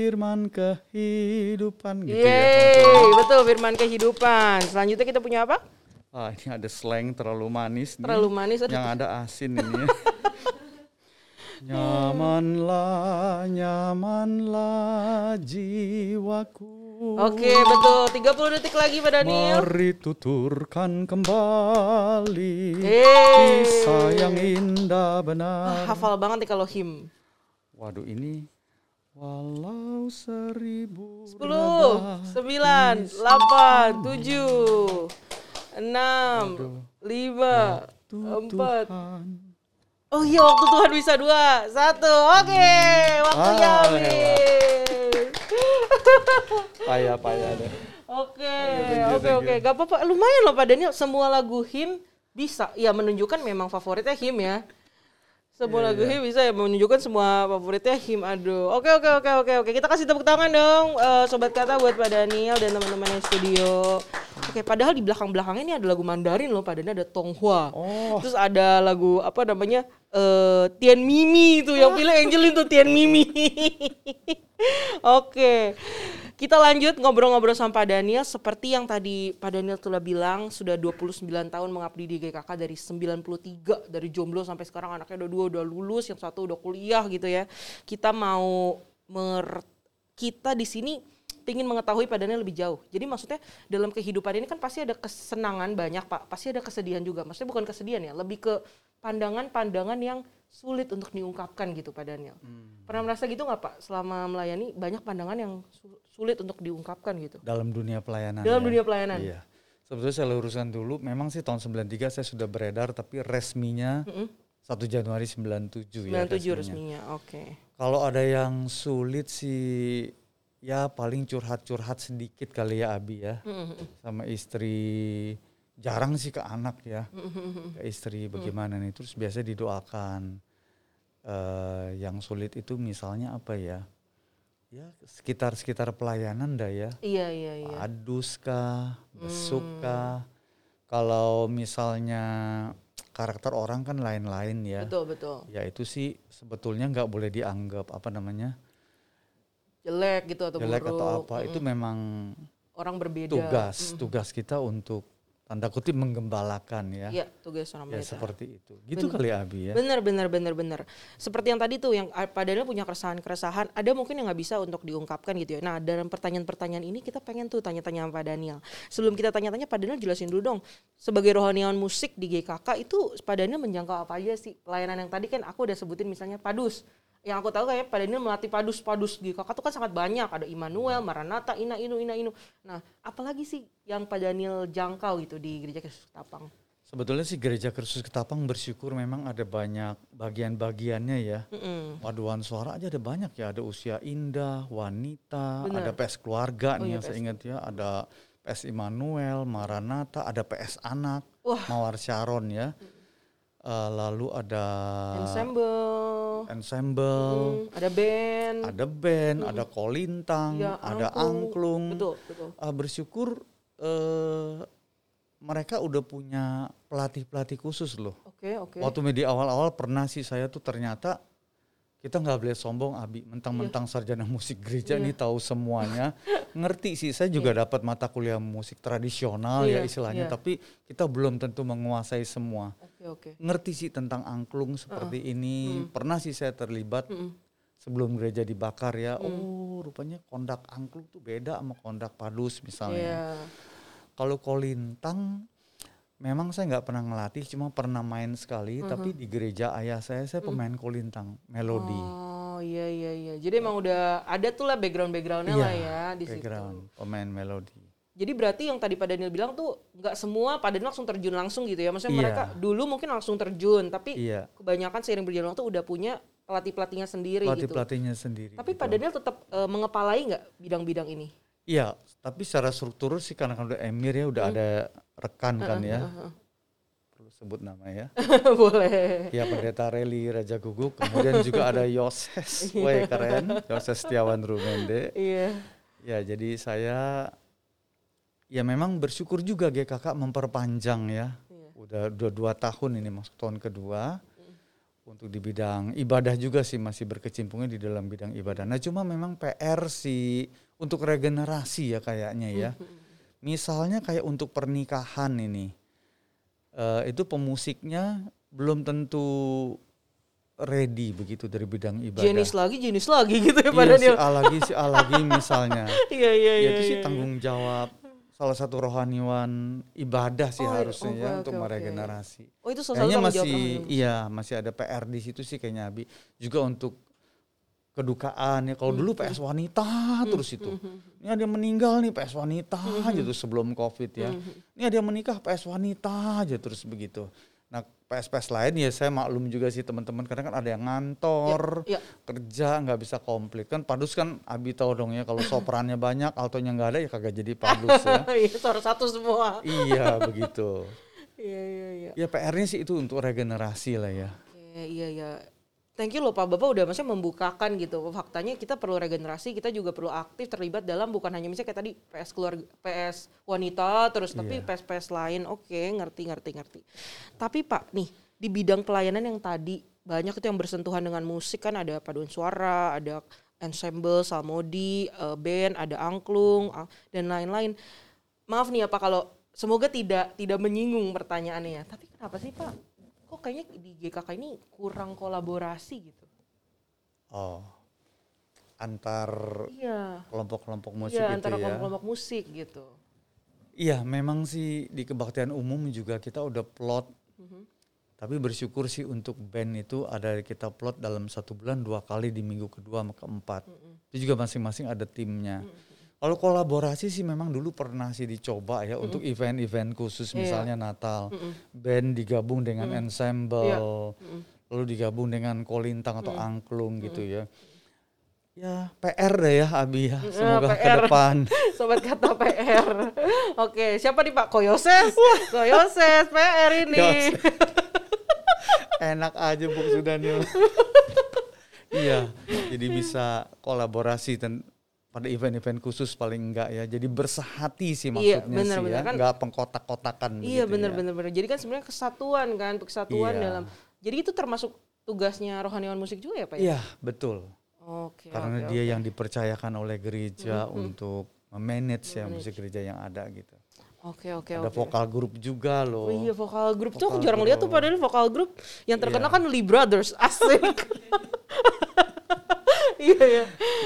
gitu yeay, ya. betul, Firman Kehidupan. Selanjutnya kita punya apa? Ini ada slang terlalu manis nih. Terlalu manis. Yang ada asin ini ya. Nyamanlah jiwaku. Oke, betul. 30 detik lagi Pak Daniel. Mari tuturkan kembali kisah yang indah benar. Hafal banget nih kalau him. Waduh, ini walau 1000 10, 9, 8, 7, 6, 5, 4. Oh iya, waktu Tuhan bisa 2, 1. Oke, waktunya habis. Payah deh. Oke. Gak apa-apa. Lumayan loh Pak Daniel. Semua lagu him bisa. Ya menunjukkan memang favoritnya him ya. Semua lagu him bisa ya menunjukkan semua favoritnya him. Aduh. Oke. Kita kasih tepuk tangan dong Sobat Kata buat Pak Daniel dan teman-teman yang studio. Oke, padahal di belakang-belakangnya ini ada lagu Mandarin loh Pak Daniel, ada Tonghua. Terus ada lagu apa namanya? Tian Mimi itu yang pilih Angelin tuh Tian Mimi. Oke. Kita lanjut ngobrol-ngobrol sama Pak Daniel. Seperti yang tadi Pak Daniel telah bilang, sudah 29 tahun mengabdi di GKK dari 93, dari jomblo sampai sekarang anaknya udah lulus, yang satu udah kuliah gitu ya. Kita mau kita di sini ingin mengetahui Pak Daniel lebih jauh. Jadi maksudnya dalam kehidupan ini kan pasti ada kesenangan banyak Pak, pasti ada kesedihan juga. Maksudnya bukan kesedihan ya, lebih ke pandangan-pandangan yang sulit untuk diungkapkan gitu Pak Daniel. Pernah merasa gitu nggak Pak selama melayani banyak pandangan yang sulit untuk diungkapkan gitu? Dalam dunia pelayanan. Dunia pelayanan. Iya. Sebetulnya saya luruskan dulu, memang sih tahun 93 saya sudah beredar, tapi resminya 1 Januari 97 ya. 97 resminya. Oke. Kalau ada yang sulit sih, ya paling curhat-curhat sedikit kali ya Abi ya. Sama istri. Jarang sih ke anak ya, ke istri bagaimana nih. Terus biasanya didoakan. Yang sulit itu misalnya apa ya? Ya sekitar pelayanan dah ya. Iya. Adus kah, besuk kah. Kalau misalnya karakter orang kan lain-lain ya. Betul. Ya itu sih sebetulnya nggak boleh dianggap apa namanya. Jelek gitu atau jelek buruk. Atau apa. Itu memang orang berbeda. Tugas kita untuk tanda kutip menggembalakan ya. Iya, tugas orang pendeta. Ya seperti itu. Gitu kali Abi ya. Benar. Seperti yang tadi tuh yang Pak Daniel punya keresahan, ada mungkin yang nggak bisa untuk diungkapkan gitu ya. Nah, dalam pertanyaan-pertanyaan ini kita pengen tuh tanya-tanya sama Pak Daniel. Sebelum kita tanya-tanya, Pak Daniel jelasin dulu dong. Sebagai rohaniawan musik di GKK itu Pak Daniel menjangkau apa aja sih? Pelayanan yang tadi kan aku udah sebutin misalnya Padus. Yang aku tahu kayak Pak Daniel melatih padus di GKK itu kan sangat banyak. Ada Immanuel, Maranatha, Ina Inu. Nah, apalagi sih yang Pak Daniel jangkau gitu di Gereja Kristus Ketapang? Sebetulnya sih Gereja Kristus Ketapang bersyukur memang ada banyak bagian-bagiannya ya. Paduan suara aja ada banyak ya. Ada usia indah, wanita, ada PS keluarga nih yang saya ingat ya. Ada PS Immanuel, Maranatha, ada PS anak, Mawar Sharon ya. Lalu ada ensemble, ada band, ada kolintang, ya, ada angklung. Betul. Bersyukur mereka udah punya pelatih khusus loh. Oke. Waktu di awal-awal pernah sih saya tuh ternyata kita nggak boleh sombong Abi, mentang-mentang sarjana musik gereja nih tahu semuanya. Ngerti sih, saya juga dapat mata kuliah musik tradisional ya istilahnya, tapi kita belum tentu menguasai semua. Oke. Ngerti sih tentang angklung seperti ini, pernah sih saya terlibat sebelum gereja dibakar ya. Oh rupanya kondak angklung tuh beda sama kondak padus misalnya. Kalau kolintang memang saya nggak pernah ngelatih, cuma pernah main sekali. Tapi di gereja ayah saya pemain kolintang, melodi. Oh iya. Jadi emang udah ada tuh lah backgroundnya lah ya di situ. Pemain melodi. Jadi berarti yang tadi Pak Daniel bilang tuh nggak semua Pak Daniel langsung terjun langsung gitu ya. Maksudnya mereka dulu mungkin langsung terjun, tapi kebanyakan seiring berjalan waktu udah punya pelatihnya sendiri gitu. Pelatihnya sendiri. Tapi Pak Daniel tetap mengepalai nggak bidang-bidang ini? Iya, tapi secara struktur sih karena kan udah emir ya, udah ada rekan kan ya. Perlu sebut nama ya. Boleh. Ya Pendeta Reli Raja Guguk, kemudian juga ada Yoses, wah keren, Yoses Setiawan Rumende. Iya. Ya jadi saya ya memang bersyukur juga GKK memperpanjang ya. Udah 2 tahun ini masuk tahun kedua. Untuk di bidang ibadah juga sih masih berkecimpungnya di dalam bidang ibadah. Nah cuma memang PR sih untuk regenerasi ya kayaknya ya. Misalnya kayak untuk pernikahan ini, itu pemusiknya belum tentu ready begitu dari bidang ibadah. Jenis lagi gitu ya Pak Iya, Daniel. si A lagi misalnya. Iya. Itu sih tanggung jawab salah satu rohaniwan ibadah sih harusnya ya untuk meregenerasi. Oh itu salah satu kayaknya tanggung jawab masih ada PR di situ sih kayaknya Abi. Juga untuk kedukaan ya. Kalau dulu PS wanita terus itu. Ini ada yang meninggal nih PS wanita aja tuh sebelum Covid ya. Ini ada yang menikah PS wanita aja terus begitu. Nah PS lain ya saya maklum juga sih teman-teman, kadang kan ada yang ngantor, kerja nggak bisa komplit kan. Padus kan Abi tahu dong ya, kalau soprannya banyak, altonya nggak ada ya kagak jadi padus ya. Iya, suara satu semua. Iya begitu. Iya. Ya PR-nya sih itu untuk regenerasi lah ya. Iya. Thank you loh Pak Bapak udah maksudnya membukakan gitu. Faktanya kita perlu regenerasi, kita juga perlu aktif terlibat dalam bukan hanya misalnya kayak tadi PS keluarga, PS wanita terus tapi PS lain. Oke, ngerti. Tapi Pak nih di bidang pelayanan yang tadi banyak itu yang bersentuhan dengan musik kan, ada paduan suara, ada ensemble, salmodi, band, ada angklung dan lain-lain. Maaf nih ya Pak kalau semoga tidak menyinggung pertanyaannya ya. Tapi kenapa sih Pak? Kok kayaknya di GKK ini kurang kolaborasi gitu? Oh, antar kelompok-kelompok musik gitu ya? Antara kelompok-kelompok musik gitu. Iya, memang sih di kebaktian umum juga kita udah plot. Tapi bersyukur sih untuk band itu ada kita plot dalam 1 bulan 2 kali di minggu kedua sama keempat. Itu juga masing-masing ada timnya. Kalau kolaborasi sih memang dulu pernah sih dicoba ya untuk event-event khusus misalnya Natal. Band digabung dengan ensemble, lalu digabung dengan kolintang atau angklung gitu ya. Ya PR deh ya Abi ya, semoga ke depan. Sobat Kata PR. Oke, siapa nih Pak Koyoses? Koyoses PR ini. Enak aja Bung Sudanil. Iya, jadi bisa kolaborasi pada event-event khusus paling enggak ya. Jadi bersehati sih maksudnya sih ya. Kan, enggak pengkotak-kotakan iya begitu benar. Jadi kan sebenarnya kesatuan dalam. Jadi itu termasuk tugasnya rohaniwan musik juga ya Pak ya? Iya, betul. Karena dia yang dipercayakan oleh gereja untuk memanage ya musik gereja yang ada gitu. Ada vokal grup juga loh. Oh iya vokal grup tuh aku jarang lihat tuh padahal vokal grup yang terkenal kan Lee Brothers, asik. Iya.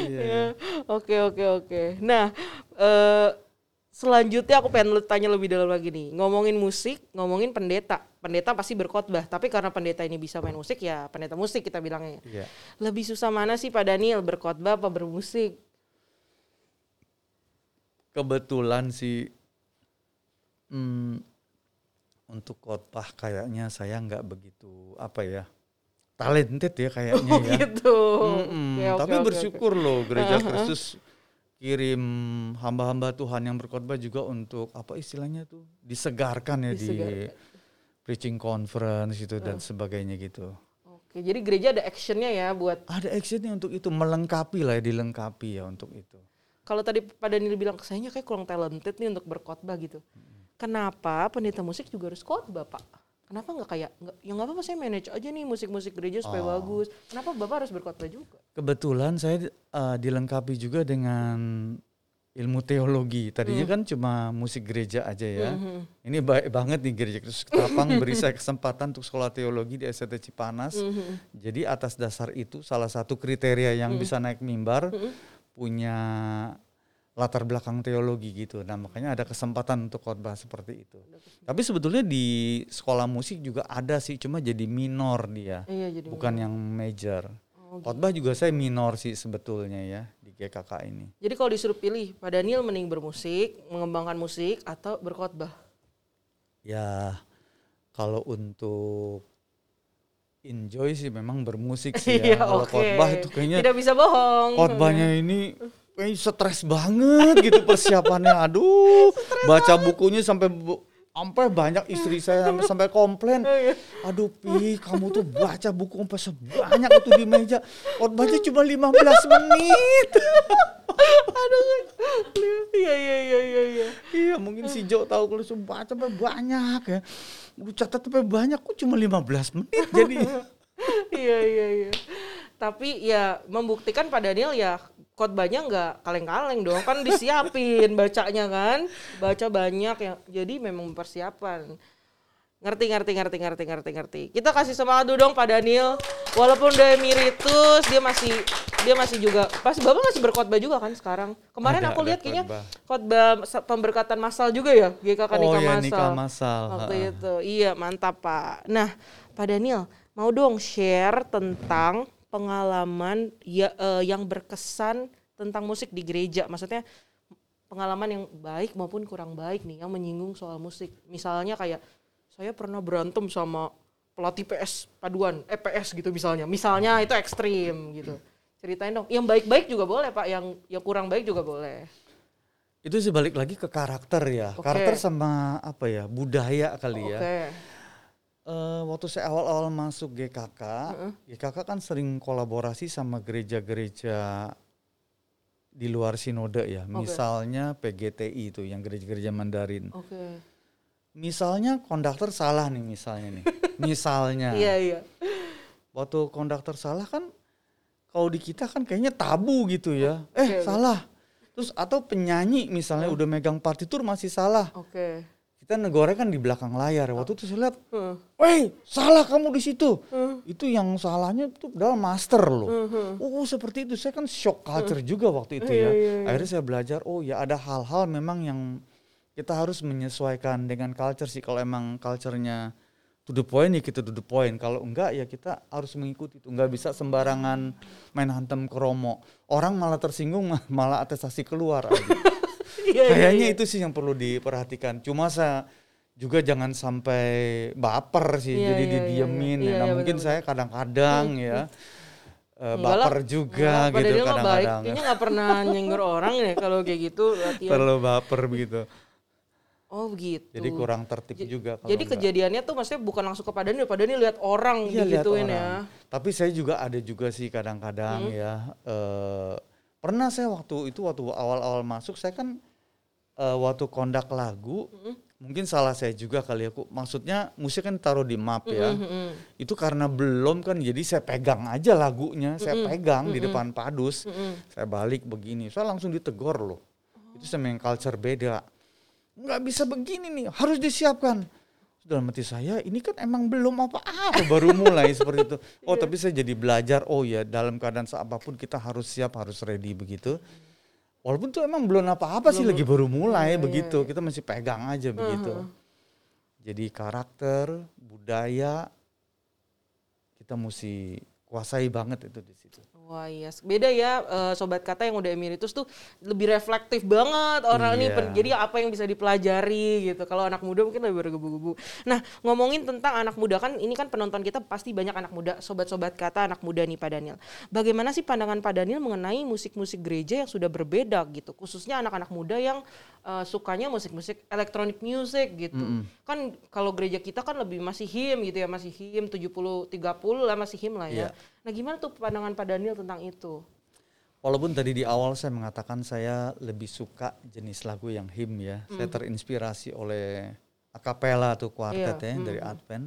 Oke. Nah, selanjutnya aku pengen tanya lebih dalam lagi nih. Ngomongin musik, ngomongin pendeta. Pendeta pasti berkhotbah, tapi karena pendeta ini bisa main musik ya pendeta musik kita bilangnya. Yeah. Lebih susah mana sih Pak Daniel, berkhotbah apa bermusik? Kebetulan sih untuk khotbah kayaknya saya nggak begitu talented ya kayaknya ya. Gitu. Tapi bersyukur loh Gereja Kristus kirim hamba-hamba Tuhan yang berkhotbah juga untuk istilahnya tuh disegarkan ya di preaching conference itu dan sebagainya gitu. Oke, jadi gereja ada actionnya ya buat. Ada actionnya untuk itu, melengkapi lah ya, dilengkapi ya untuk itu. Kalau tadi Pak Daniel bilang kayaknya kayak kurang talented nih untuk berkhotbah gitu. Kenapa pendeta musik juga harus khotbah Pak? Kenapa nggak nggak apa-apa saya manage aja nih musik-musik gereja supaya bagus. Kenapa Bapak harus berkhotbah juga? Kebetulan saya dilengkapi juga dengan ilmu teologi. Tadinya kan cuma musik gereja aja ya. Ini baik banget nih Gereja Kristus Ketapang beri saya kesempatan untuk sekolah teologi di STT Cipanas. Jadi atas dasar itu salah satu kriteria yang bisa naik mimbar punya latar belakang teologi gitu. Nah makanya ada kesempatan untuk khotbah seperti itu. Tapi sebetulnya di sekolah musik juga ada sih, cuma jadi minor dia, bukan yang major. Khotbah juga saya minor sih sebetulnya ya di GKK ini. Jadi kalau disuruh pilih, Pak Daniel mending bermusik, mengembangkan musik atau berkhotbah? Ya kalau untuk enjoy sih memang bermusik sih ya. Kalau khotbah itu kayaknya tidak bisa bohong. Khotbahnya ini stres banget gitu persiapannya. Aduh, baca bukunya sampai banyak istri saya sampai komplain. Aduh Pi, kamu tuh baca buku sampai sebanyak itu di meja. Khotbahnya cuma 15 menit. Aduh. Iya. Iya, mungkin si Jo tahu kalau baca sampai banyak ya. Catat sampai banyak kok cuma 15 menit jadi. Iya. Tapi ya membuktikan Pak Daniel ya khotbahnya nggak kaleng-kaleng dong, kan disiapin bacanya kan, baca banyak ya, jadi memang persiapan. Ngerti. Kita kasih semangat dulu dong Pak Daniel. Walaupun udah emeritus, dia masih juga pasti Bapak masih berkhotbah juga kan sekarang. Kemarin aku lihat kayaknya khotbah pemberkatan massal juga ya, GKK nikah massal. Waktu itu. Iya, mantap Pak. Nah, Pak Daniel, mau dong share tentang pengalaman yang berkesan tentang musik di gereja. Maksudnya pengalaman yang baik maupun kurang baik nih yang menyinggung soal musik. Misalnya kayak saya pernah berantem sama pelatih PS paduan, PS gitu misalnya. Misalnya itu ekstrim gitu. Ceritain dong. Yang baik-baik juga boleh Pak, yang kurang baik juga boleh. Itu sih balik lagi ke karakter ya. Karakter sama budaya kali ya. Waktu saya awal-awal masuk GKK, GKK kan sering kolaborasi sama gereja-gereja di luar sinode ya. Misalnya PGTI itu yang gereja-gereja Mandarin. Misalnya konduktor salah nih misalnya. Iya. Waktu konduktor salah kan kalau di kita kan kayaknya tabu gitu ya. Salah. Terus atau penyanyi misalnya udah megang partitur masih salah. Kita negornya kan di belakang layar. Waktu itu saya lihat, salah kamu di situ. Itu yang salahnya tuh dalam master loh. Seperti itu. Saya kan shock culture juga waktu itu ya. Akhirnya saya belajar, ada hal-hal memang yang kita harus menyesuaikan dengan culture sih. Kalau emang culture-nya to the point ya kita to the point. Kalau enggak ya kita harus mengikuti itu. Enggak bisa sembarangan main hantem kromo. Orang malah tersinggung malah atestasi keluar aja. Kayaknya itu sih yang perlu diperhatikan. Cuma saya juga jangan sampai baper sih. Jadi didiemin. Mungkin saya kadang-kadang baper juga gitu kadang-kadang. Kayaknya nggak pernah nyenggur orang ya kalau kayak gitu. Terlalu baper begitu. Oh begitu. Jadi kurang tertib juga. Jadi kejadiannya tuh maksudnya bukan langsung ke Pak Daniel lihat orang digituin ya. Tapi saya juga ada juga sih kadang-kadang ya. Pernah saya waktu awal-awal masuk saya kan waktu kondak lagu mungkin salah saya juga kali ya. Maksudnya musik kan taruh di map ya. Itu karena belum kan jadi saya pegang aja lagunya. Saya pegang di depan padus. Saya balik begini. Saya langsung ditegur loh. Itu sama yang culture beda. Nggak bisa begini nih, harus disiapkan. Dalam hati saya, ini kan emang belum apa-apa, baru mulai seperti itu. Tapi saya jadi belajar, dalam keadaan apapun kita harus siap, harus ready begitu. Walaupun tuh emang belum apa-apa sih, lagi baru mulai begitu. Kita masih pegang aja begitu. Jadi karakter, budaya, kita mesti kuasai banget itu di situ. Wah iya, beda ya Sobat Kata yang udah emeritus tuh lebih reflektif banget orang ini. Jadi apa yang bisa dipelajari gitu. Kalau anak muda mungkin lebih bergebu-gebu. Nah ngomongin tentang anak muda kan ini kan penonton kita pasti banyak anak muda. Sobat-sobat Kata anak muda nih Pak Daniel. Bagaimana sih pandangan Pak Daniel mengenai musik-musik gereja yang sudah berbeda gitu. Khususnya anak-anak muda yang sukanya musik-musik elektronik music gitu. Kan kalau gereja kita kan lebih masih hymn gitu ya. Masih hymn 70-30 lah masih hymn lah ya. Nah gimana tuh pandangan Pak Daniel tentang itu? Walaupun tadi di awal saya mengatakan saya lebih suka jenis lagu yang hymn ya. Saya terinspirasi oleh akapela atau kuartet dari Advent.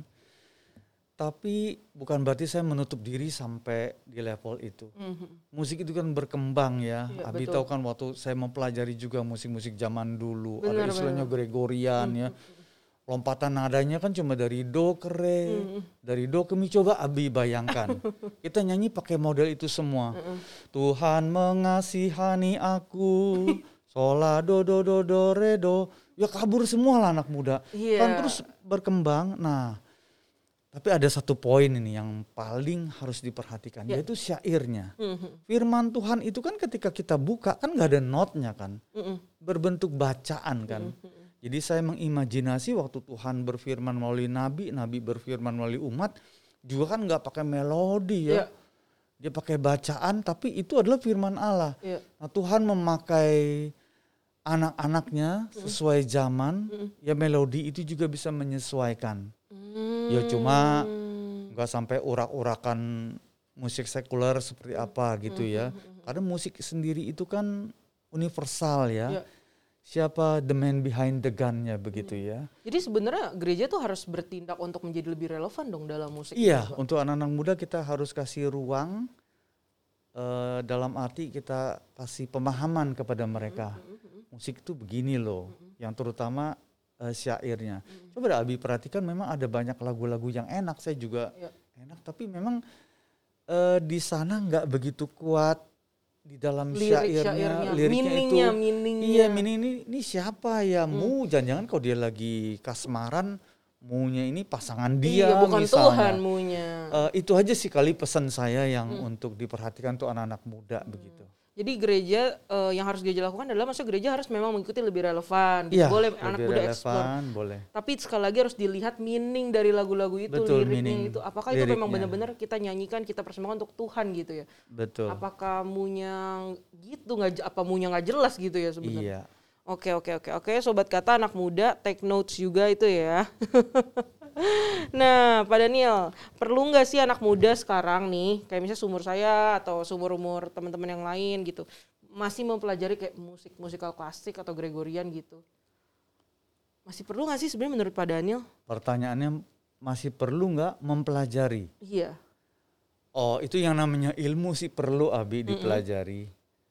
Tapi bukan berarti saya menutup diri sampai di level itu. Musik itu kan berkembang ya. Abi tahu kan waktu saya mempelajari juga musik-musik zaman dulu. Ada istilahnya Gregorian ya. Lompatan nadanya kan cuma dari do ke re, dari do ke mi. Coba Abi bayangkan, kita nyanyi pakai model itu semua. Tuhan mengasihani aku, sola do do do do re do. Ya kabur semua lah anak muda. Kan terus berkembang. Nah, tapi ada satu poin ini yang paling harus diperhatikan, yaitu syairnya. Firman Tuhan itu kan ketika kita buka kan nggak ada notnya kan, berbentuk bacaan kan. Jadi saya mengimajinasi waktu Tuhan berfirman melalui nabi, nabi berfirman melalui umat, juga kan nggak pakai melodi ya. Dia pakai bacaan, tapi itu adalah firman Allah. Nah Tuhan memakai anak-anaknya sesuai zaman, ya melodi itu juga bisa menyesuaikan. Ya cuma nggak sampai urak-urakan musik sekuler seperti apa gitu ya. Karena musik sendiri itu kan universal ya. Siapa the man behind the gun-nya begitu ya. Jadi sebenarnya gereja tuh harus bertindak untuk menjadi lebih relevan dong dalam musik. Iya, untuk anak-anak muda kita harus kasih ruang dalam arti kita kasih pemahaman kepada mereka. Musik itu begini loh, yang terutama syairnya. Coba deh Abi perhatikan, memang ada banyak lagu-lagu yang enak, saya juga enak, tapi memang di sana nggak begitu kuat di dalam syairnya, liriknya itu. Iya, ini siapa ya? Jangan-jangan kalau dia lagi kasmaran, munya ini pasangan dia, bukan misalnya. Tuhan munya. Itu aja sih kali pesan saya yang untuk diperhatikan tuh anak-anak muda begitu. Jadi gereja yang harus gereja lakukan adalah maksudnya gereja harus memang mengikuti lebih relevan. Gitu. Boleh anak muda explore. Boleh. Tapi sekali lagi harus dilihat meaning dari lagu-lagu itu, betul, liriknya itu. Apakah itu memang benar-benar kita nyanyikan, kita persembahkan untuk Tuhan gitu ya? Betul. Apakah munya gitu apa munya nggak jelas gitu ya sebenarnya? Iya. Oke, sobat kata anak muda take notes juga itu ya. Nah, Pak Daniel, perlu nggak sih anak muda sekarang nih, kayak misalnya seumur saya atau seumur teman-teman yang lain gitu, masih mempelajari kayak musikal klasik atau Gregorian gitu? Masih perlu nggak sih sebenarnya menurut Pak Daniel? Pertanyaannya masih perlu nggak mempelajari? Iya. Oh, itu yang namanya ilmu sih perlu Abi dipelajari.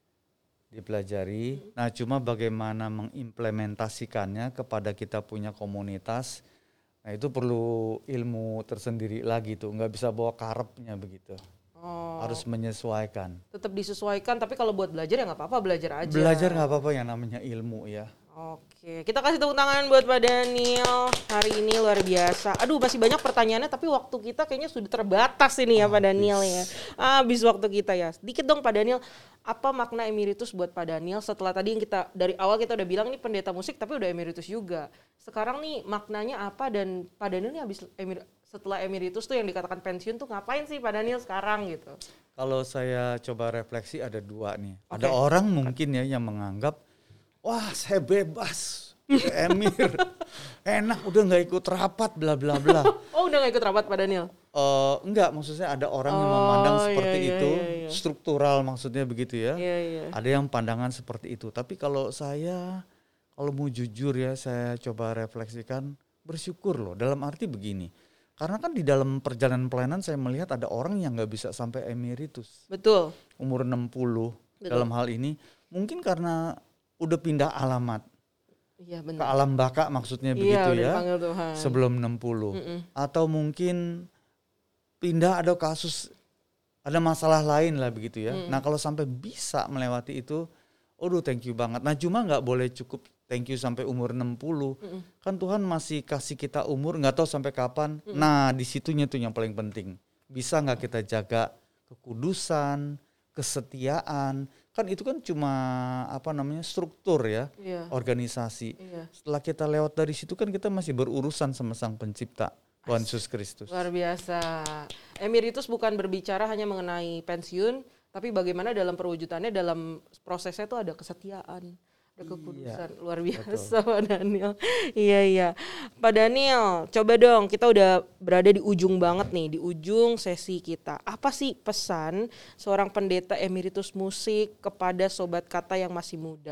Nah, cuma bagaimana mengimplementasikannya kepada kita punya komunitas. Nah, itu perlu ilmu tersendiri lagi tuh, nggak bisa bawa karepnya begitu. Harus menyesuaikan. Tetap disesuaikan, tapi kalau buat belajar ya nggak apa-apa, belajar aja. Belajar nggak apa-apa, yang namanya ilmu ya. Oke, kita kasih tepuk tangan buat Pak Daniel hari ini, luar biasa. Aduh, masih banyak pertanyaannya, tapi waktu kita kayaknya sudah terbatas ini ya Pak Daniel ya. Habis waktu kita ya. Dikit dong Pak Daniel, apa makna emeritus buat Pak Daniel setelah tadi yang kita dari awal kita udah bilang ini pendeta musik tapi udah emeritus juga. Sekarang nih maknanya apa, dan Pak Daniel nih habis setelah emeritus tuh yang dikatakan pensiun tuh ngapain sih Pak Daniel sekarang gitu? Kalau saya coba refleksi ada dua nih. Ada orang mungkin ya yang menganggap, wah saya bebas, emir, enak udah nggak ikut rapat bla bla bla. Oh udah nggak ikut rapat Pak Daniel? Enggak, maksudnya ada orang yang memandang seperti itu, struktural maksudnya begitu ya. Ada yang pandangan seperti itu. Tapi kalau saya, kalau mau jujur ya, saya coba refleksikan, bersyukur loh. Dalam arti begini, karena kan di dalam perjalanan pelayanan saya melihat ada orang yang nggak bisa sampai emeritus. Betul. Umur 60 dalam hal ini, mungkin karena udah pindah alamat. Iya benar. Ke alam baka maksudnya begitu ya. Tuhan. Sebelum 60. Atau mungkin pindah ada kasus, ada masalah lain lah begitu ya. Nah kalau sampai bisa melewati itu, thank you banget. Nah cuma nggak boleh cukup thank you sampai umur 60. Kan Tuhan masih kasih kita umur, nggak tahu sampai kapan. Nah disitunya tuh yang paling penting. Bisa nggak kita jaga kekudusan, kesetiaan. Kan itu kan cuma struktur ya, organisasi. Setelah kita lewat dari situ kan kita masih berurusan sama Sang Pencipta, Tuhan Yesus Kristus. Luar biasa. Emeritus bukan berbicara hanya mengenai pensiun, tapi bagaimana dalam perwujudannya, dalam prosesnya itu ada kesetiaan, ada kekudusan. Luar biasa betul. Pak Daniel. Iya. Pak Daniel, coba dong, kita udah berada di ujung banget nih, di ujung sesi kita. Apa sih pesan seorang pendeta emeritus musik kepada sobat kata yang masih muda?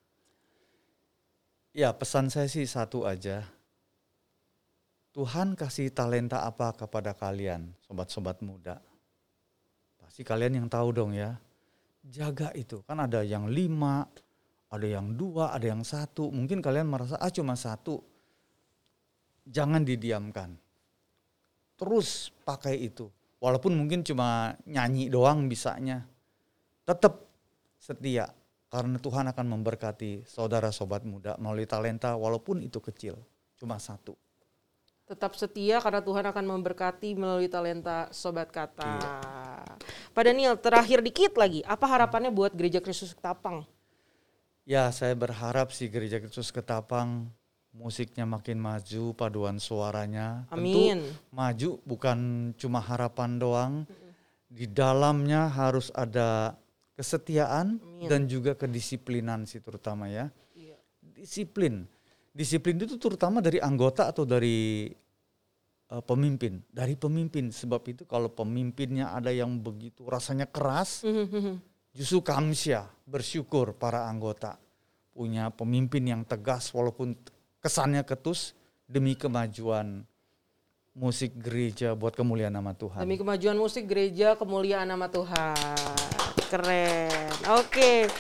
Ya, pesan saya sih satu aja. Tuhan kasih talenta apa kepada kalian, sobat-sobat muda? Pasti kalian yang tahu dong ya. Jaga itu, kan ada yang 5, ada yang 2, ada yang 1. Mungkin kalian merasa cuma 1. Jangan didiamkan. Terus pakai itu. Walaupun mungkin cuma nyanyi doang bisanya. Tetap setia. Karena Tuhan akan memberkati saudara sobat muda melalui talenta walaupun itu kecil. Cuma 1. Tetap setia karena Tuhan akan memberkati melalui talenta sobat kata. Pak Daniel, terakhir dikit lagi. Apa harapannya buat Gereja Kristus Ketapang? Ya, saya berharap sih Gereja Kristus Ketapang musiknya makin maju, paduan suaranya. Amin. Tentu maju bukan cuma harapan doang. Di dalamnya harus ada kesetiaan. Amin. Dan juga kedisiplinan sih terutama ya. Iya. Disiplin itu terutama dari anggota atau dari pemimpin. Dari pemimpin, sebab itu kalau pemimpinnya ada yang begitu rasanya keras, justru kamsya, bersyukur para anggota punya pemimpin yang tegas walaupun kesannya ketus demi kemajuan musik gereja buat kemuliaan nama Tuhan. Demi kemajuan musik gereja, kemuliaan nama Tuhan. Keren. Oke.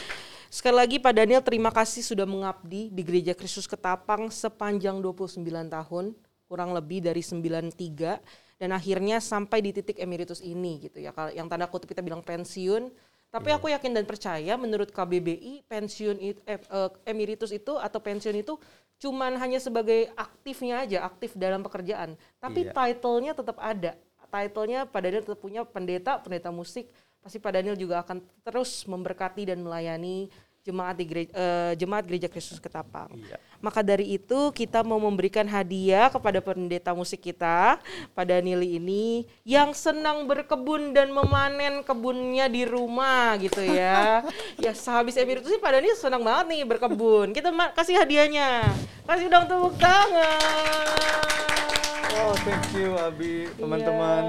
Sekali lagi Pak Daniel, terima kasih sudah mengabdi di Gereja Kristus Ketapang sepanjang 29 tahun, kurang lebih dari 93, dan akhirnya sampai di titik emeritus ini gitu ya. Yang tanda kutip kita bilang pensiun, tapi aku yakin dan percaya menurut KBBI emeritus itu atau pensiun itu cuman hanya sebagai aktifnya aja, aktif dalam pekerjaan. Tapi title-nya tetap ada. Title-nya Pak Daniel tetap punya pendeta musik. Pasti Pak Daniel juga akan terus memberkati dan melayani jemaat Gereja Kristus Ketapang. Maka dari itu kita mau memberikan hadiah kepada pendeta musik kita, Pak Daniel ini, yang senang berkebun dan memanen kebunnya di rumah gitu ya. Ya sehabis emeritus sih Pak Daniel senang banget nih berkebun. Kita kasih hadiahnya. Kasih dong tepuk tangan. Oh, thank you Abi, teman-teman.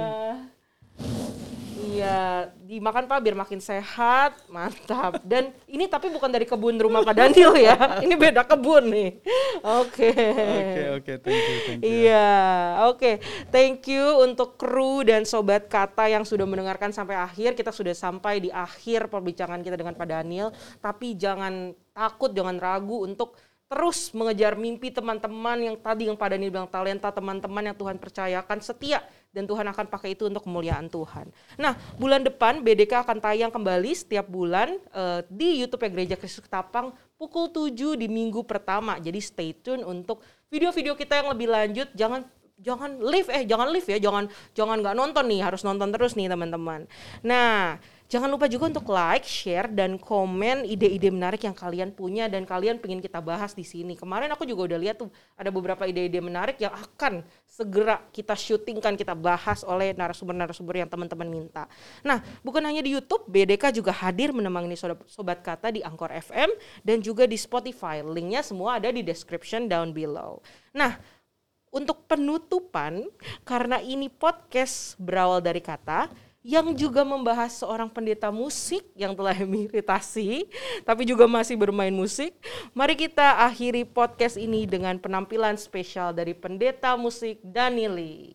Iya, dimakan Pak biar makin sehat, mantap. Dan ini tapi bukan dari kebun rumah Pak Daniel ya, ini beda kebun nih. Oke, thank you. Iya, oke. Thank you untuk kru dan sobat kata yang sudah mendengarkan sampai akhir. Kita sudah sampai di akhir perbincangan kita dengan Pak Daniel. Tapi jangan takut, jangan ragu untuk terus mengejar mimpi teman-teman yang tadi yang Pak Daniel bilang, talenta teman-teman yang Tuhan percayakan, setia, dan Tuhan akan pakai itu untuk kemuliaan Tuhan. Nah, bulan depan BDK akan tayang kembali setiap bulan di YouTube Gereja Kristus Ketapang pukul 7 di minggu pertama. Jadi stay tune untuk video-video kita yang lebih lanjut. Jangan live jangan nggak nonton nih, harus nonton terus nih teman-teman. Nah, jangan lupa juga untuk like, share, dan komen ide-ide menarik yang kalian punya dan kalian pengen kita bahas di sini. Kemarin aku juga udah lihat tuh ada beberapa ide-ide menarik yang akan segera kita syutingkan, kita bahas oleh narasumber-narasumber yang teman-teman minta. Nah, bukan hanya di YouTube, BDK juga hadir menemani Sobat Kata di Anchor FM dan juga di Spotify. Linknya semua ada di description down below. Nah, untuk penutupan, karena ini podcast berawal dari kata, yang juga membahas seorang pendeta musik yang telah emeritasi, tapi juga masih bermain musik. Mari kita akhiri podcast ini dengan penampilan spesial dari pendeta musik Danili.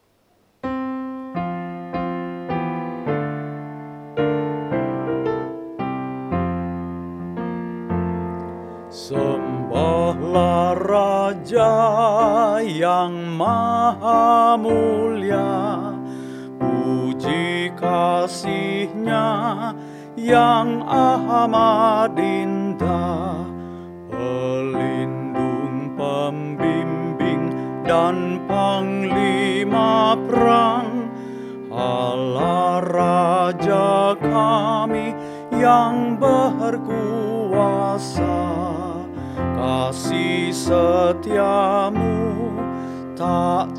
Sembahlah Raja yang Maha Mulia, puji kasih-Nya yang amat indah, pelindung, pembimbing, dan panglima perang, Allah Raja kami yang berkuasa. Kasih setiamu tak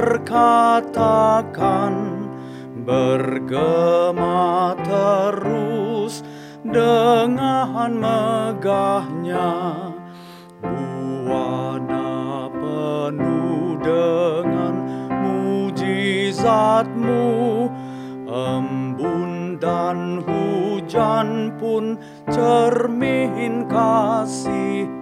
terkatakan, bergema terus dengan megahnya, buana penuh dengan mujizat-Mu, embun dan hujan pun cermin kasih